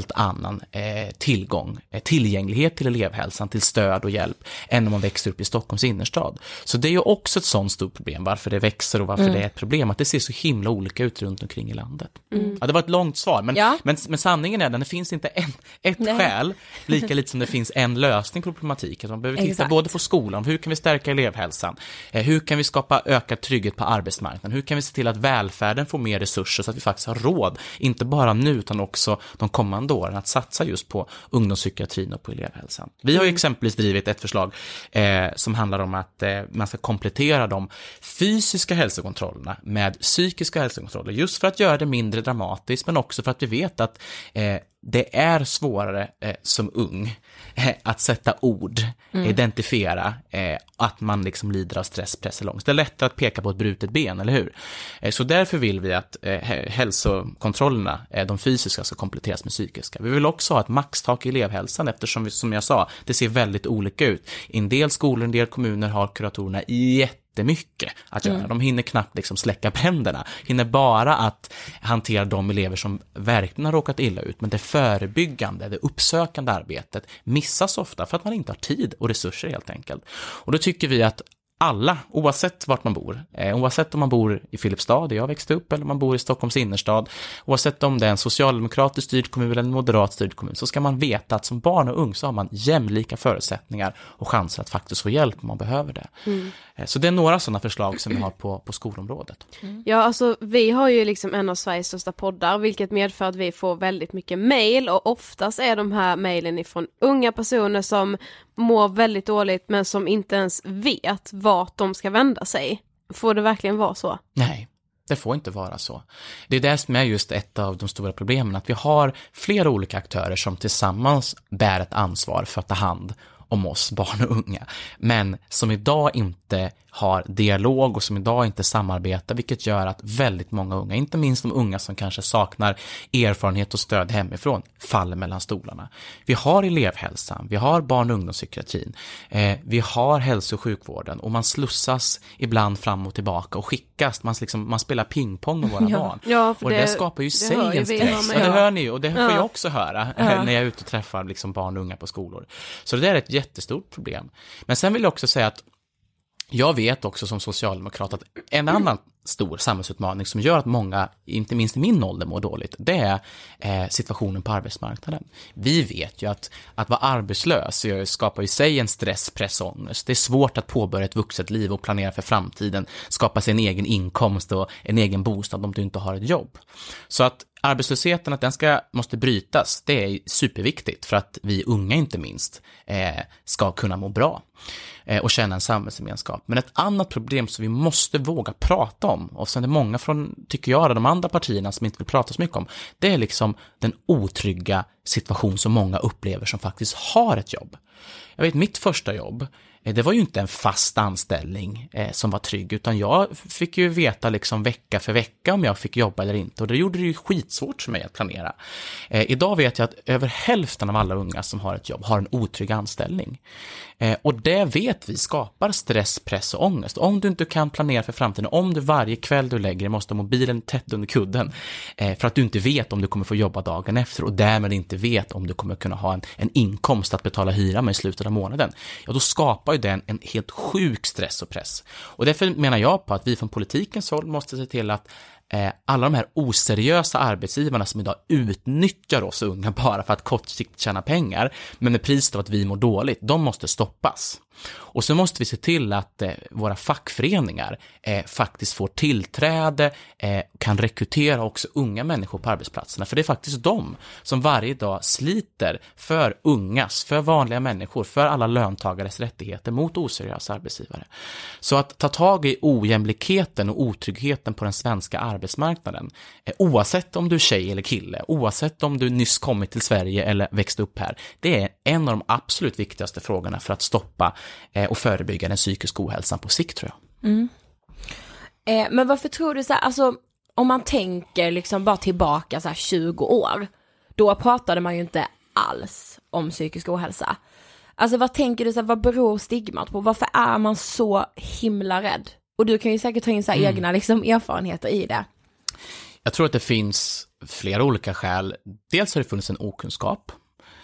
helt annan eh, tillgång, eh, tillgänglighet till elevhälsan, till stöd och hjälp än om man växer upp i Stockholms innerstad. Så det är ju också ett sånt stort problem, varför det växer och varför mm. det är ett problem, att det ser så himla olika ut runt omkring i landet. Mm. Ja, det var ett långt svar, men, ja. men, men sanningen är att det finns inte en, ett Nej. skäl, lika lite som det finns en lösning på problematiken. Man behöver titta Exakt. både på skolan, hur kan vi stärka elevhälsan, eh, hur kan vi skapa ökad trygghet på arbetsmarknaden, hur kan vi se till att välfärden får mer resurser så att vi faktiskt har råd, inte bara nu utan också de kommande åren, att satsa just på ungdomspsykiatrin och på elevhälsan. Vi har ju exempelvis drivit ett förslag eh, som handlar om att eh, man ska komplettera de fysiska hälsokontrollerna med psykiska hälsokontroller, just för att göra det mindre dramatiskt, men också för att vi vet att eh, det är svårare eh, som ung eh, att sätta ord, mm. identifiera eh, att man liksom lider av stress, press eller ångest. Det är lättare att peka på ett brutet ben, eller hur? Eh, så därför vill vi att eh, hälsokontrollerna, eh, de fysiska, ska kompletteras med psykiska. Vi vill också ha ett maxtak i elevhälsan, eftersom vi, som jag sa, det ser väldigt olika ut. I en del skolor, en del kommuner har kuratorerna jätte mycket att göra. Mm. De hinner knappt liksom släcka bränderna. Hinner bara att hantera de elever som verkligen har råkat illa ut. Men det förebyggande, det uppsökande arbetet missas ofta för att man inte har tid och resurser helt enkelt. Och då tycker vi att alla, oavsett vart man bor, eh, oavsett om man bor i Filipstad, där jag växte upp, eller om man bor i Stockholms innerstad, oavsett om det är en socialdemokratisk styrd kommun eller en moderat styrd kommun, så ska man veta att som barn och ung så har man jämlika förutsättningar och chanser att faktiskt få hjälp om man behöver det. Mm. Eh, så det är några sådana förslag som vi har på, på skolområdet. Mm. Ja, alltså vi har ju liksom en av Sveriges största poddar, vilket medför att vi får väldigt mycket mejl, och oftast är de här mejlen ifrån unga personer som mår väldigt dåligt men som inte ens vet vart de ska vända sig. Får det verkligen vara så? Nej, det får inte vara så. Det är det som är just ett av de stora problemen, att vi har flera olika aktörer som tillsammans bär ett ansvar för att ta hand om oss barn och unga, men som idag inte har dialog och som idag inte samarbetar, vilket gör att väldigt många unga, inte minst de unga som kanske saknar erfarenhet och stöd hemifrån, faller mellan stolarna. Vi har elevhälsan, vi har barn- och ungdomspsykiatrin, eh, vi har hälso- och sjukvården, och man slussas ibland fram och tillbaka och skickas, man, liksom, man spelar pingpong med våra ja. barn. Ja, och det, det skapar ju det sig en stress. Ja, det hör ni ju, och det får ja. jag också höra ja. när jag är ute och träffar liksom barn och unga på skolor. Så det är ett jättestort problem. Men sen vill jag också säga att jag vet också som socialdemokrat att en annan stor samhällsutmaning som gör att många, inte minst i min ålder, mår dåligt, det är eh, situationen på arbetsmarknaden. Vi vet ju att, att vara arbetslös skapar i sig en stress, press och ångest. Det är svårt att påbörja ett vuxet liv och planera för framtiden, skapa sig en egen inkomst och en egen bostad om du inte har ett jobb. Så att arbetslösheten, att den ska, måste brytas, det är superviktigt för att vi unga inte minst eh, ska kunna må bra eh, och känna en samhällsgemenskap. Men ett annat problem som vi måste våga prata om, och sen är det många från, tycker jag, de andra partierna som inte vill prata så mycket om, det är liksom den otrygga situation som många upplever som faktiskt har ett jobb. Jag vet, mitt första jobb, det var ju inte en fast anställning eh, som var trygg, utan jag fick ju veta liksom vecka för vecka om jag fick jobba eller inte, och det gjorde det ju skitsvårt för mig att planera. Eh, idag vet jag att över hälften av alla unga som har ett jobb har en otrygg anställning. Eh, och det vet vi skapar stress, press och ångest. Om du inte kan planera för framtiden, om du varje kväll du lägger måste ha mobilen tätt under kudden eh, för att du inte vet om du kommer få jobba dagen efter, och därmed inte vet om du kommer kunna ha en, en inkomst att betala hyra med i slutet av månaden, ja, då skapar ju den en helt sjuk stress och press. Och därför menar jag på att vi från politikens håll måste se till att eh, alla de här oseriösa arbetsgivarna som idag utnyttjar oss unga bara för att kortsiktigt tjäna pengar, men med priset av att vi mår dåligt, de måste stoppas. Och så måste vi se till att eh, våra fackföreningar eh, faktiskt får tillträde, eh, kan rekrytera också unga människor på arbetsplatserna. För det är faktiskt de som varje dag sliter för ungas, för vanliga människor, för alla löntagares rättigheter mot oseriösa arbetsgivare. Så att ta tag i ojämlikheten och otryggheten på den svenska arbetsmarknaden, eh, oavsett om du är tjej eller kille, oavsett om du nyss kommit till Sverige eller växt upp här, det är en av de absolut viktigaste frågorna för att stoppa och förebygga den psykiska ohälsan på sikt, tror jag. Mm. Eh, men varför tror du så här, alltså om man tänker liksom bara tillbaka så här tjugo år, då pratade man ju inte alls om psykisk ohälsa. Alltså vad tänker du så här, vad beror stigmat på? Varför är man så himla rädd? Och du kan ju säkert ta in så här mm. egna liksom erfarenheter i det. Jag tror att det finns flera olika skäl. Dels har det funnits en okunskap.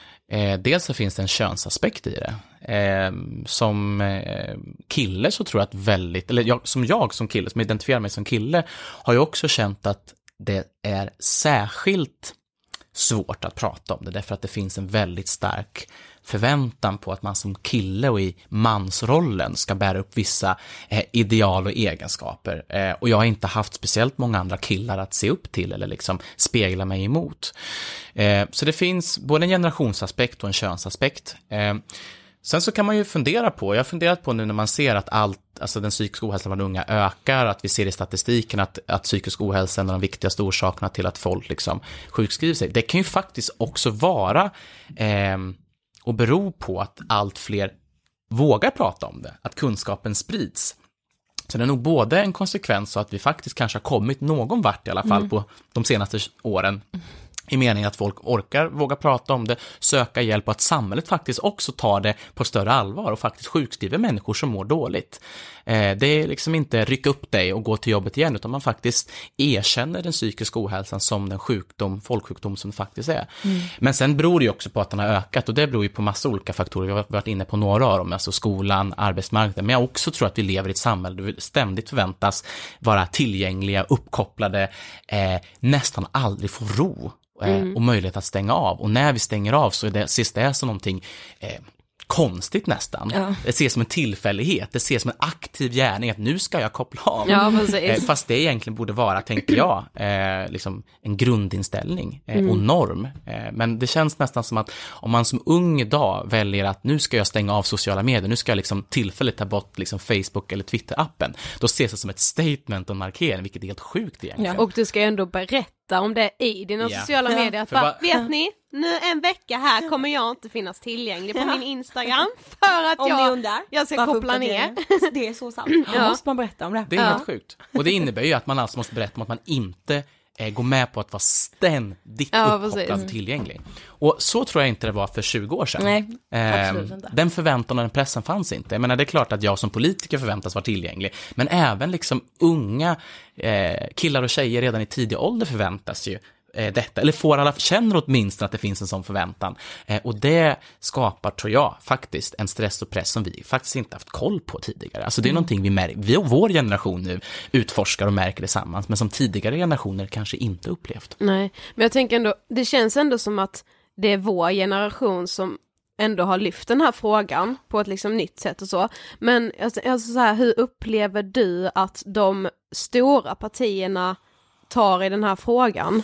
Eh, dels så finns det en könsaspekt i det. Eh, som eh, kille så tror jag att väldigt, eller jag, som jag som kille, som identifierar mig som kille, har ju också känt att det är särskilt svårt att prata om det, därför att det finns en väldigt stark förväntan på att man som kille och i mansrollen ska bära upp vissa eh, ideal och egenskaper. Eh, och jag har inte haft speciellt många andra killar att se upp till eller liksom spegla mig emot. Eh, så det finns både en generationsaspekt och en könsaspekt. Eh, sen så kan man ju fundera på, jag har funderat på nu när man ser att allt, alltså den psykiska ohälsan bland unga ökar, att vi ser i statistiken att, att psykisk ohälsa är en av de viktigaste orsakerna till att folk liksom sjukskriver sig. Det kan ju faktiskt också vara eh, och bero på att allt fler vågar prata om det, att kunskapen sprids. Så det är nog både en konsekvens av att vi faktiskt kanske har kommit någon vart i alla fall mm. på de senaste åren, i meningen att folk orkar våga prata om det, söka hjälp och att samhället faktiskt också tar det på större allvar och faktiskt sjukskriver människor som mår dåligt. Eh, det är liksom inte rycka upp dig och gå till jobbet igen, utan man faktiskt erkänner den psykiska ohälsan som den sjukdom, folksjukdom som det faktiskt är. Mm. Men sen beror det ju också på att den har ökat, och det beror ju på massa olika faktorer. Vi har varit inne på några av dem, alltså skolan, arbetsmarknaden, men jag också tror att vi lever i ett samhälle där vi ständigt förväntas vara tillgängliga, uppkopplade, eh, nästan aldrig få ro. Mm. Och möjlighet att stänga av. Och när vi stänger av så är det, ses det som någonting eh, konstigt nästan. Ja. Det ses som en tillfällighet. Det ses som en aktiv gärning att nu ska jag koppla av. Ja, eh, fast det egentligen borde vara, tänker jag, eh, liksom en grundinställning eh, mm. och norm. Eh, men det känns nästan som att om man som ung idag väljer att nu ska jag stänga av sociala medier, nu ska jag liksom tillfälligt ta bort liksom Facebook eller Twitter-appen, då ses det som ett statement och markering, vilket är helt sjukt egentligen. Ja. Och du ska ju ändå berätta om det i dina yeah. sociala medier. Ja. Att bara, va- vet ni, nu en vecka här kommer jag inte finnas tillgänglig på ja. min Instagram för att jag, undrar, jag ska koppla ner. Det? det är så sant. Då ja. måste man berätta om det. Det är ja. helt sjukt. Och det innebär ju att man alltså måste berätta om att man inte eh, går med på att vara ständigt ja, uppkopplad och tillgänglig. Och så tror jag inte det var för tjugo år sedan. Nej, eh, absolut inte. Den förväntan och den pressen fanns inte. Jag menar, det är klart att jag som politiker förväntas vara tillgänglig, men även liksom unga eh, killar och tjejer redan i tidig ålder förväntas ju detta, eller får alla, känner åtminstone att det finns en sån förväntan. Eh, och det skapar, tror jag, faktiskt en stress och press som vi faktiskt inte haft koll på tidigare. Alltså det är mm. någonting vi märker, vi och vår generation nu utforskar och märker det tillsammans, men som tidigare generationer kanske inte upplevt. Nej, men jag tänker ändå, det känns ändå som att det är vår generation som ändå har lyft den här frågan på ett liksom nytt sätt och så. Men alltså så här, hur upplever du att de stora partierna tar i den här frågan?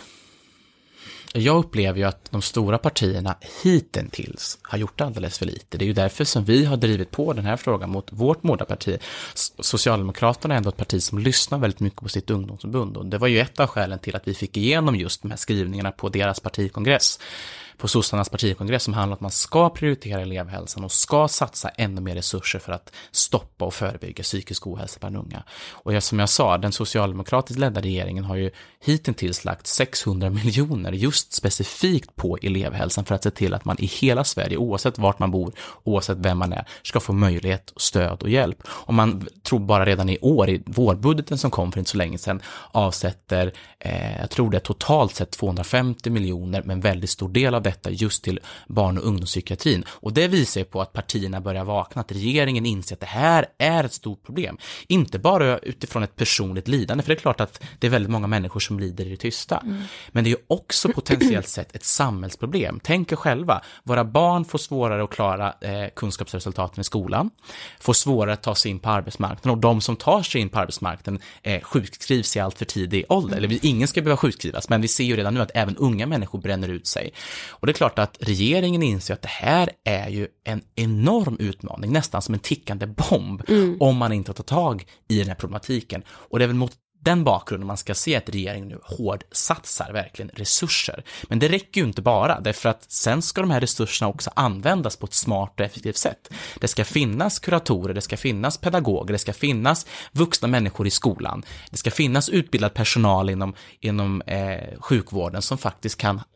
Jag upplever ju att de stora partierna hittills har gjort alldeles för lite. Det är ju därför som vi har drivit på den här frågan mot vårt moderparti. Socialdemokraterna är ändå ett parti som lyssnar väldigt mycket på sitt ungdomsförbund. Och det var ju ett av skälen till att vi fick igenom just de här skrivningarna på deras partikongress. På sossarnas partikongress, som handlar om att man ska prioritera elevhälsan och ska satsa ännu mer resurser för att stoppa och förebygga psykisk ohälsa bland unga. Och jag, som jag sa, den socialdemokratiskt ledda regeringen har ju hittills lagt sexhundra miljoner just specifikt på elevhälsan för att se till att man i hela Sverige, oavsett vart man bor, oavsett vem man är, ska få möjlighet, stöd och hjälp. Och man tror bara redan i år, i vårbudgeten som kom för inte så länge sedan, avsätter, eh, jag tror det är totalt sett tvåhundrafemtio miljoner, men väldigt stor del av detta just till barn- och ungdomspsykiatrin. Och det visar ju på att partierna börjar vakna, att regeringen inser att det här är ett stort problem. Inte bara utifrån ett personligt lidande, för det är klart att det är väldigt många människor som lider i det tysta. Mm. Men det är ju också potentiellt sett ett samhällsproblem. Tänk er själva, våra barn får svårare att klara eh, kunskapsresultaten i skolan, får svårare att ta sig in på arbetsmarknaden, och de som tar sig in på arbetsmarknaden eh, sjukskrivs i allt för tidig ålder. Eller ingen ska behöva sjukskrivas, men vi ser ju redan nu att även unga människor bränner ut sig. Och det är klart att regeringen inser att det här är ju en enorm utmaning, nästan som en tickande bomb, mm. om man inte tar tag i den här problematiken. Och det är väl mot den bakgrunden man ska se att regeringen nu hård satsar verkligen resurser. Men det räcker ju inte bara, därför att sen ska de här resurserna också användas på ett smart och effektivt sätt. Det ska finnas kuratorer, det ska finnas pedagoger, det ska finnas vuxna människor i skolan, det ska finnas utbildad personal inom, inom eh, sjukvården som faktiskt kan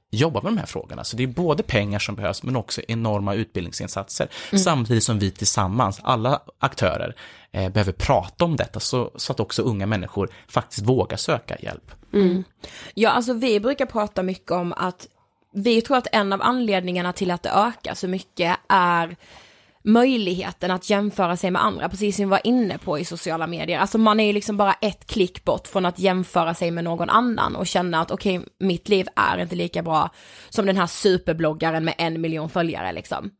jobba med de här frågorna. Så det är både pengar som behövs men också enorma utbildningsinsatser. Mm. Samtidigt som vi tillsammans, alla aktörer, eh, behöver prata om detta så, så att också unga människor faktiskt vågar söka hjälp. Mm. Ja, alltså vi brukar prata mycket om att vi tror att en av anledningarna till att det ökar så mycket är möjligheten att jämföra sig med andra, precis som vi var inne på i sociala medier. Alltså man är ju liksom bara ett klick bort från att jämföra sig med någon annan och känna att okej, okay, mitt liv är inte lika bra som den här superbloggaren med en miljon följare liksom.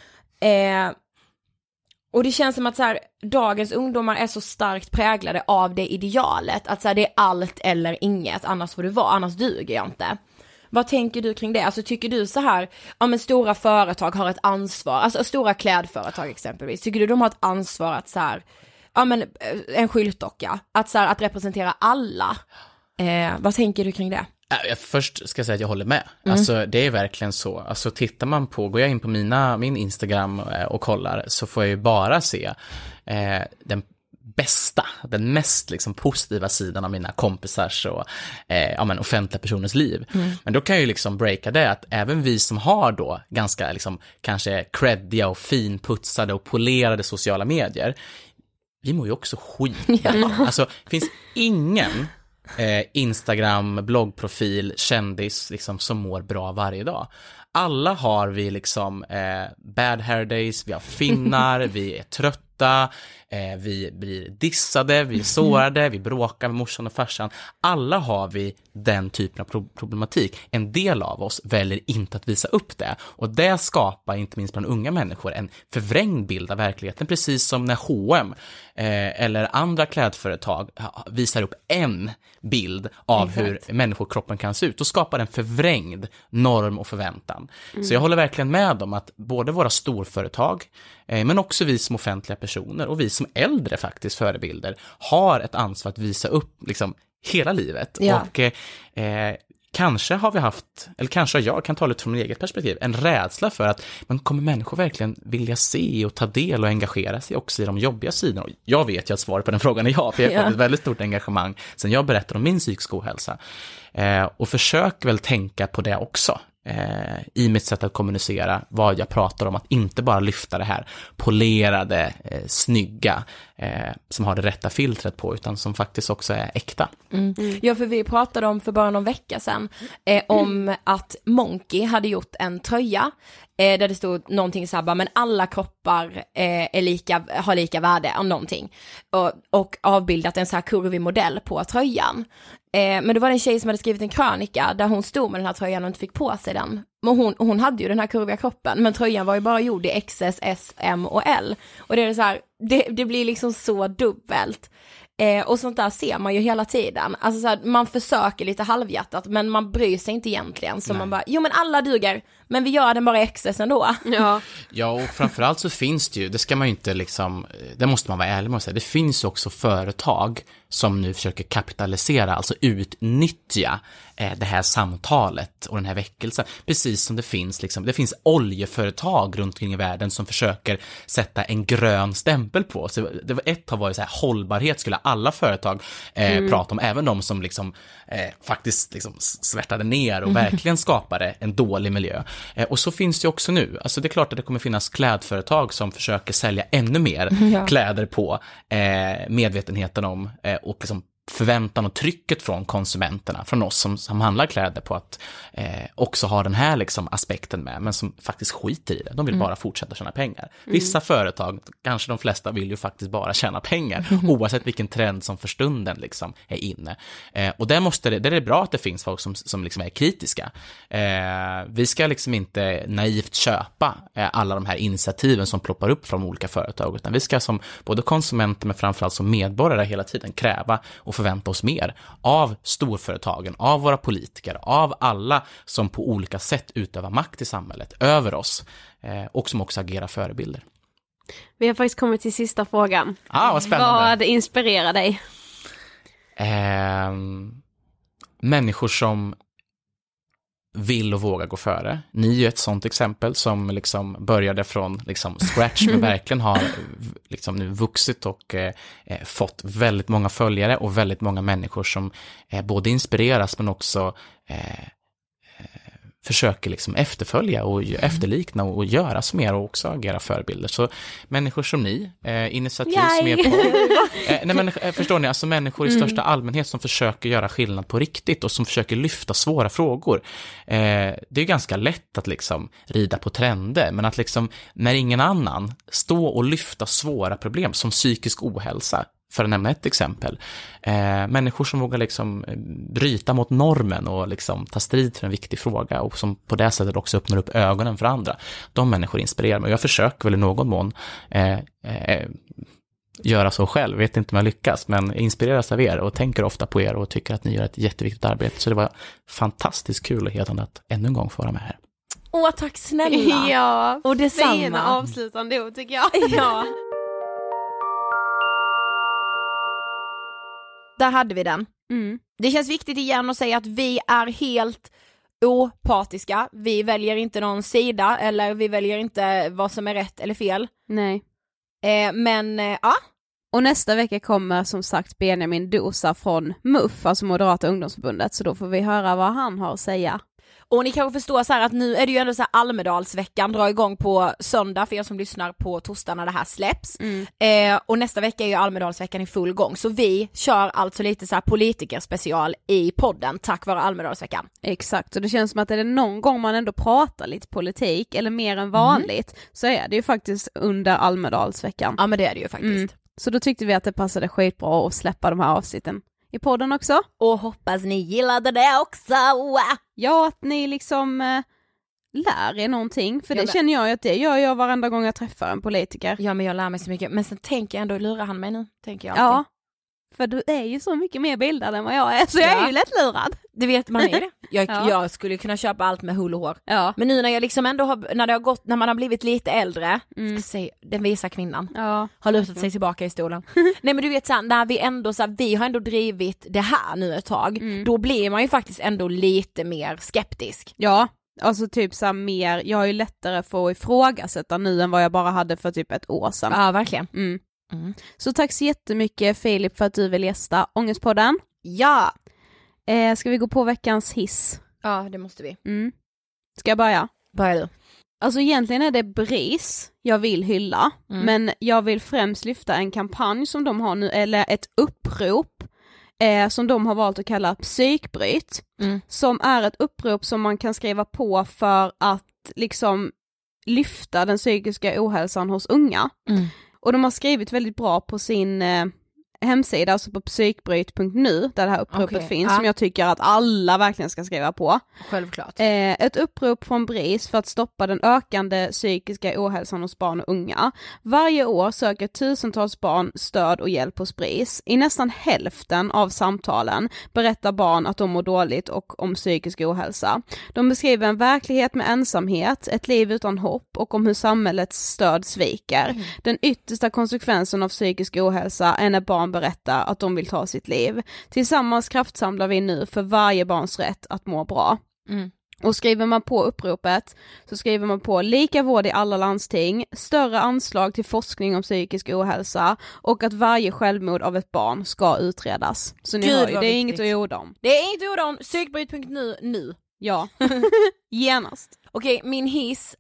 Mm. Eh, och det känns som att så här, dagens ungdomar är så starkt präglade av det idealet, att så här, det är allt eller inget, annars får du vara, annars duger jag inte. Vad tänker du kring det? Alltså tycker du så här, ja men stora företag har ett ansvar, alltså stora klädföretag exempelvis, tycker du de har ett ansvar att så här, ja men en skyltdocka, att så här, att representera alla? Eh, vad tänker du kring det? Först ska jag säga att jag håller med. Mm. Alltså det är verkligen så. Alltså tittar man på, går jag in på mina, min Instagram och kollar så får jag ju bara se eh, den bästa, den mest liksom positiva sidan av mina kompisars och eh, ja, men offentliga personers liv. Mm. Men då kan jag ju liksom breaka det att även vi som har då ganska liksom kanske creddiga och finputsade och polerade sociala medier, vi mår ju också skit. Ja. Alltså det finns ingen eh, Instagram, bloggprofil, kändis liksom som mår bra varje dag. Alla har vi liksom eh, bad hair days, vi har finnar, vi är trötta, eh, vi blir dissade, vi är sårade, vi bråkar med morsan och farsan. Alla har vi den typen av pro- problematik. En del av oss väljer inte att visa upp det. Och det skapar inte minst bland unga människor en förvrängd bild av verkligheten. Precis som när H och M eh, eller andra klädföretag visar upp en bild av Exakt. Hur människokroppen kan se ut. Då skapar en förvrängd norm och förväntan. Mm. Så jag håller verkligen med om att både våra storföretag eh, men också vi som offentliga personer och vi som äldre faktiskt förebilder har ett ansvar att visa upp liksom hela livet. Ja. Och eh, kanske har vi haft, eller kanske jag kan ta lite från min eget perspektiv, en rädsla för att man kommer människor verkligen vilja se och ta del och engagera sig också i de jobbiga sidorna. Jag vet ju att svaret på den frågan är ja, för jag har ja. fått ett väldigt stort engagemang sen jag berättade om min psykiska ohälsa. Eh, och försök väl tänka på det också. Eh, i mitt sätt att kommunicera vad jag pratar om, att inte bara lyfta det här polerade, eh, snygga eh, som har det rätta filtret på, utan som faktiskt också är äkta. Mm. Mm. Ja, för vi pratade om för bara någon vecka sedan eh, om mm. att Monkey hade gjort en tröja eh, där det stod någonting så här, men alla kroppar eh, är lika, har lika värde om någonting och, och avbildat en så här kurvig modell på tröjan. Eh, men det var en tjej som hade skrivit en krönika där hon stod med den här tröjan och inte fick på sig den. Men hon, hon hade ju den här kurviga kroppen, men tröjan var ju bara gjord i X S, S, M och L. Och det är så här, det, det blir liksom så dubbelt. Eh, och sånt där ser man ju hela tiden. Alltså så här, man försöker lite halvhjärtat, men man bryr sig inte egentligen. Så Nej. Man bara, jo men alla duger, men vi gör den bara i X S ändå. Ja. Ja, och framförallt så finns det ju, det ska man ju inte liksom, det måste man vara ärlig med att säga, det finns ju också företag som nu försöker kapitalisera, alltså utnyttja eh, det här samtalet och den här väckelsen. Precis som det finns liksom, det finns oljeföretag runt omkring i världen som försöker sätta en grön stämpel på. Så det var ett har varit så här, hållbarhet skulle alla företag eh, mm. prata om, även de som liksom eh, faktiskt liksom svärtade ner och mm. verkligen skapade en dålig miljö. Eh, och så finns det också nu, alltså det är klart att det kommer finnas klädföretag som försöker sälja ännu mer ja. kläder på eh, medvetenheten om eh, och liksom förväntan och trycket från konsumenterna, från oss som, som handlar kläder på att eh, också ha den här liksom aspekten med, men som faktiskt skiter i det. De vill mm. bara fortsätta tjäna pengar. Vissa mm. företag, kanske de flesta, vill ju faktiskt bara tjäna pengar, mm. oavsett vilken trend som för stunden liksom är inne. Eh, och där måste det, där är det bra att det finns folk som, som liksom är kritiska. Eh, vi ska liksom inte naivt köpa eh, alla de här initiativen som ploppar upp från olika företag, utan vi ska som både konsumenter men framförallt som medborgare hela tiden kräva och förvänta oss mer av storföretagen, av våra politiker, av alla som på olika sätt utövar makt i samhället över oss eh, och som också agerar förebilder. Vi har faktiskt kommit till sista frågan. Ah, vad spännande. Vad inspirerar dig? Eh, människor som vill och vågar gå före. Ni är ju ett sånt exempel som liksom började från liksom scratch men verkligen har liksom nu vuxit och eh, fått väldigt många följare och väldigt många människor som eh, både inspireras men också eh, försöker liksom efterfölja och efterlikna och göra som er och också agera förebilder. Så människor som ni, eh, initiativ Yay. Som är på... eh, nej men, eh, förstår ni, alltså människor i största mm. allmänhet som försöker göra skillnad på riktigt och som försöker lyfta svåra frågor. Eh, det är ganska lätt att liksom rida på trender, men att liksom när ingen annan stå och lyfta svåra problem som psykisk ohälsa, för att nämna ett exempel. Eh, människor som vågar liksom bryta mot normen och liksom ta strid för en viktig fråga och som på det sättet också öppnar upp ögonen för andra. De människor inspirerar mig. Jag försöker väl i någon mån eh, eh, göra så själv. Vet inte om jag lyckas, men inspireras av er och tänker ofta på er och tycker att ni gör ett jätteviktigt arbete. Så det var fantastiskt kul och hedrande att ännu en gång få vara med här. Åh, tack snälla. Ja, och detsamma. Fina avslutande ord tycker jag. Ja. Där hade vi den. Mm. Det känns viktigt igen att säga att vi är helt opartiska. Vi väljer inte någon sida eller vi väljer inte vad som är rätt eller fel. Nej. Eh, men eh, ja. Och nästa vecka kommer som sagt Benjamin Dosa från M U F, alltså Moderata ungdomsförbundet. Så då får vi höra vad han har att säga. Och ni kanske förstår så här att nu är det ju ändå så här Almedalsveckan drar igång på söndag för er som lyssnar på torsdag när det här släpps. Mm. Eh, och nästa vecka är ju Almedalsveckan i full gång. Så vi kör alltså lite så här politikerspecial i podden tack vare Almedalsveckan. Exakt, och det känns som att är det någon gång man ändå pratar lite politik eller mer än vanligt mm. så är det ju faktiskt under Almedalsveckan. Ja men det är det ju faktiskt. Mm. Så då tyckte vi att det passade skitbra att släppa de här avsnitten i podden också. Och hoppas ni gillade det också. Ja, att ni liksom äh, lär er någonting. För ja, det men... känner jag ju att det gör jag varenda gång jag träffar en politiker. Ja, men jag lär mig så mycket. Men sen tänker jag ändå, lurar han mig nu? Tänker jag alltid. Ja, för du är ju så mycket mer bildad än vad jag är. Så ja. Jag är ju lätt lurad. Det vet man är det. Jag, ja. jag skulle kunna köpa allt med hull och hår. Ja. Men nu när jag liksom ändå har, när det har gått, när man har blivit lite äldre, mm. ska säga, den visa kvinnan ja. har lutat sig tillbaka i stolen. Nej men du vet så här, när vi ändå så här, vi har ändå drivit det här nu ett tag, mm. då blir man ju faktiskt ändå lite mer skeptisk. Ja. Alltså typ så här mer, jag har ju lättare för att ifrågasätta nu än vad jag bara hade för typ ett år sedan. Ja, verkligen. Mm. Mm. Så tack så jättemycket Filip för att du vill gästa Ångestpodden. Ja. Eh, ska vi gå på veckans hiss? Ja, det måste vi. Mm. Ska jag börja? Börja du. Alltså egentligen är det BRIS jag vill hylla, mm. men jag vill främst lyfta en kampanj som de har nu, eller ett upprop eh, som de har valt att kalla Psykbryt, mm. som är ett upprop som man kan skriva på för att liksom lyfta den psykiska ohälsan hos unga. Mm. Och de har skrivit väldigt bra på sin eh, hemsida, alltså på psykbryt punkt nu, där det här uppropet okay. finns, ja. som jag tycker att alla verkligen ska skriva på. Självklart. Eh, ett upprop från BRIS för att stoppa den ökande psykiska ohälsan hos barn och unga. Varje år söker tusentals barn stöd och hjälp hos BRIS. I nästan hälften av samtalen berättar barn att de mår dåligt och om psykisk ohälsa. De beskriver en verklighet med ensamhet, ett liv utan hopp och om hur samhällets stöd sviker. Mm. Den yttersta konsekvensen av psykisk ohälsa är när barn berättar att de vill ta sitt liv. Tillsammans kraftsamlar vi nu för varje barns rätt att må bra. Mm. Och skriver man på uppropet så skriver man på lika vård i alla landsting, större anslag till forskning om psykisk ohälsa och att varje självmord av ett barn ska utredas. Så ni Gud, hör ju, det är viktigt. inget att orda om. Det är inget att orda om. Psykbryt punkt nu nu. Ja, genast. Okej, min hiss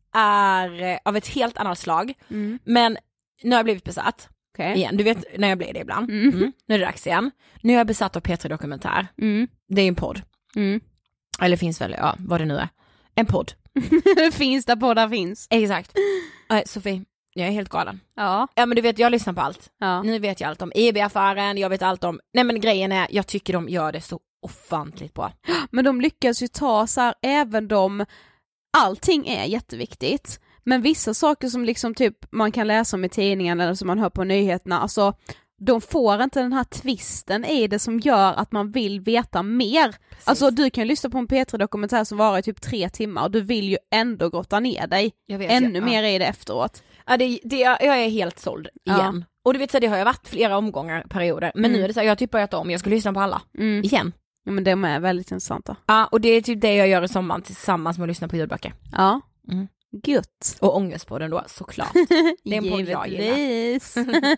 är av ett helt annat slag, mm. men nu har jag blivit besatt. Okay. Igen, du vet när jag blir det ibland. Mm. Mm. Nu är det dags igen. Nu är jag besatt av P tre Dokumentär. Mm. Det är en podd. Mm. Eller finns väl, ja, vad det nu är. En podd. Finns där poddar finns. Exakt. äh, Sofie, jag är helt galen. Ja. Ja men du vet, jag lyssnar på allt. Ja. Nu vet jag allt om E B-affären, jag vet allt om... Nej men grejen är, jag tycker de gör det så ofantligt bra. Men de lyckas ju ta så här, även de... Allting är jätteviktigt. Men vissa saker som liksom typ man kan läsa om i tidningen eller som man hör på nyheterna, alltså de får inte den här twisten i det som gör att man vill veta mer. Precis. Alltså du kan lyssna på en P tre Dokumentär som varar i typ tre timmar och du vill ju ändå grotta ner dig jag vet, ännu ja. mer i det efteråt. Ja, det, det, jag är helt såld igen. Ja. Och du vet så det har jag varit flera omgångar, perioder. Men mm. nu är det så här, jag har typ börjat om, jag ska lyssna på alla. Mm. Igen. Ja men de är väldigt intressanta. Ja, och det är typ det jag gör i sommaren tillsammans med att lyssna på ljudböcker. Ja. Mm. Gött. Och Ångestpodden då, såklart. Det är en podd jag gillar.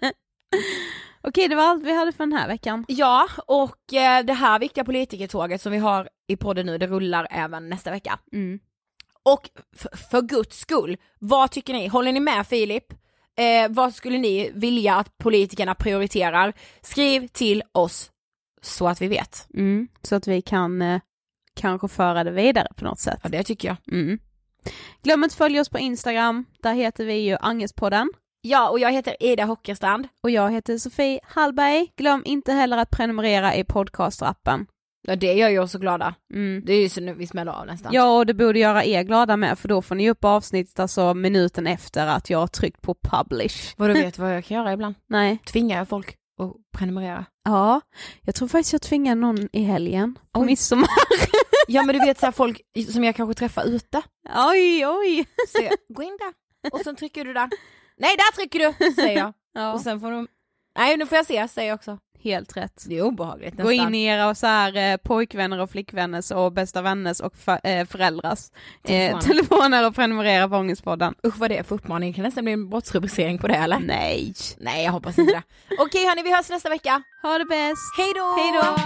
Okej, det var allt vi hade för den här veckan. Ja, och eh, det här viktiga politikertåget som vi har i podden nu, det rullar även nästa vecka. Mm. Och f- för Guds skull, vad tycker ni? Håller ni med Filip? Eh, vad skulle ni vilja att politikerna prioriterar? Skriv till oss så att vi vet. Mm, så att vi kan eh, kanske föra det vidare på något sätt. Ja, det tycker jag. Mm. Glöm inte att följa oss på Instagram. Där heter vi ju Angespodden. Ja, och jag heter Ida Hockerstrand. Och jag heter Sofie Hallberg. Glöm inte heller att prenumerera i podcastrappen. Ja, det gör jag så glada. Mm. Det är ju så nu vi smäller av nästan. Ja, och det borde göra er glada med, för då får ni upp avsnittet alltså minuten efter att jag har tryckt på publish. Vad du vet vad jag kan göra ibland? Nej. Tvingar jag folk att prenumerera? Ja, jag tror faktiskt jag tvingar någon i helgen på Oj. midsommar. Ja, men du vet så här folk som jag kanske träffar ute. Oj, oj. Så jag, gå in där. Och sen trycker du där. Nej, där trycker du, säger jag. Ja. Och sen får de... Nej, nu får jag se, säger jag också. Helt rätt. Det är obehagligt nästan. Gå in i era så här, eh, pojkvänner och flickvänners och bästa vänners och fa- eh, föräldrars eh, telefoner och prenumerera på Ångestpodden. Usch, vad det är för uppmaning. Det kan nästan bli en brottsrubricering på det, eller? Nej. Nej, jag hoppas inte det. Okej, hörni, vi hörs nästa vecka. Ha det bäst. Hej då! Hej då!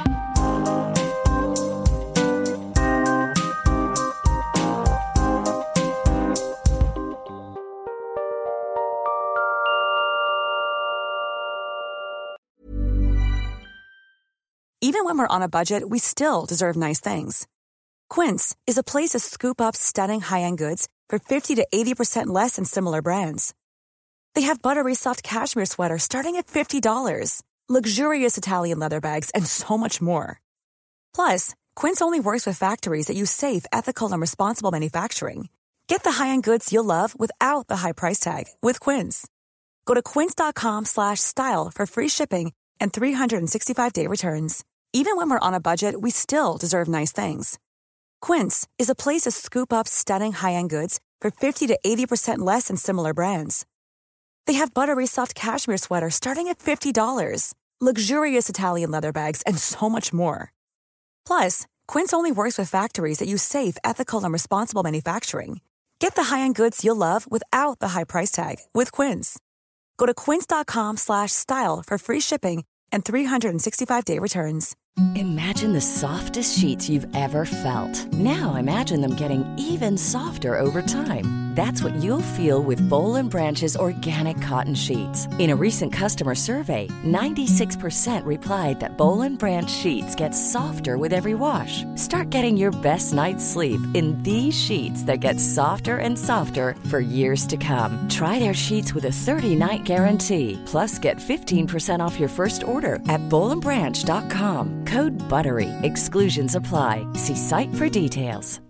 Even when we're on a budget, we still deserve nice things. Quince is a place to scoop up stunning high-end goods for fifty to eighty percent less than similar brands. They have buttery soft cashmere sweaters starting at fifty dollars, luxurious Italian leather bags, and so much more. Plus, Quince only works with factories that use safe, ethical, and responsible manufacturing. Get the high-end goods you'll love without the high price tag with Quince. Go to quince.com slash style for free shipping and three sixty-five day returns. Even when we're on a budget, we still deserve nice things. Quince is a place to scoop up stunning high-end goods for fifty to eighty percent less than similar brands. They have buttery soft cashmere sweaters starting at fifty dollars, luxurious Italian leather bags, and so much more. Plus, Quince only works with factories that use safe, ethical, and responsible manufacturing. Get the high-end goods you'll love without the high price tag with Quince. Go to quince.com slash style for free shipping and three sixty-five day returns. Imagine the softest sheets you've ever felt. Now imagine them getting even softer over time. That's what you'll feel with Boll and Branch's organic cotton sheets. In a recent customer survey, ninety-six percent replied that Boll and Branch sheets get softer with every wash. Start getting your best night's sleep in these sheets that get softer and softer for years to come. Try their sheets with a thirty night guarantee. Plus, get fifteen percent off your first order at boll and branch dot com. Code BUTTERY. Exclusions apply. See site for details.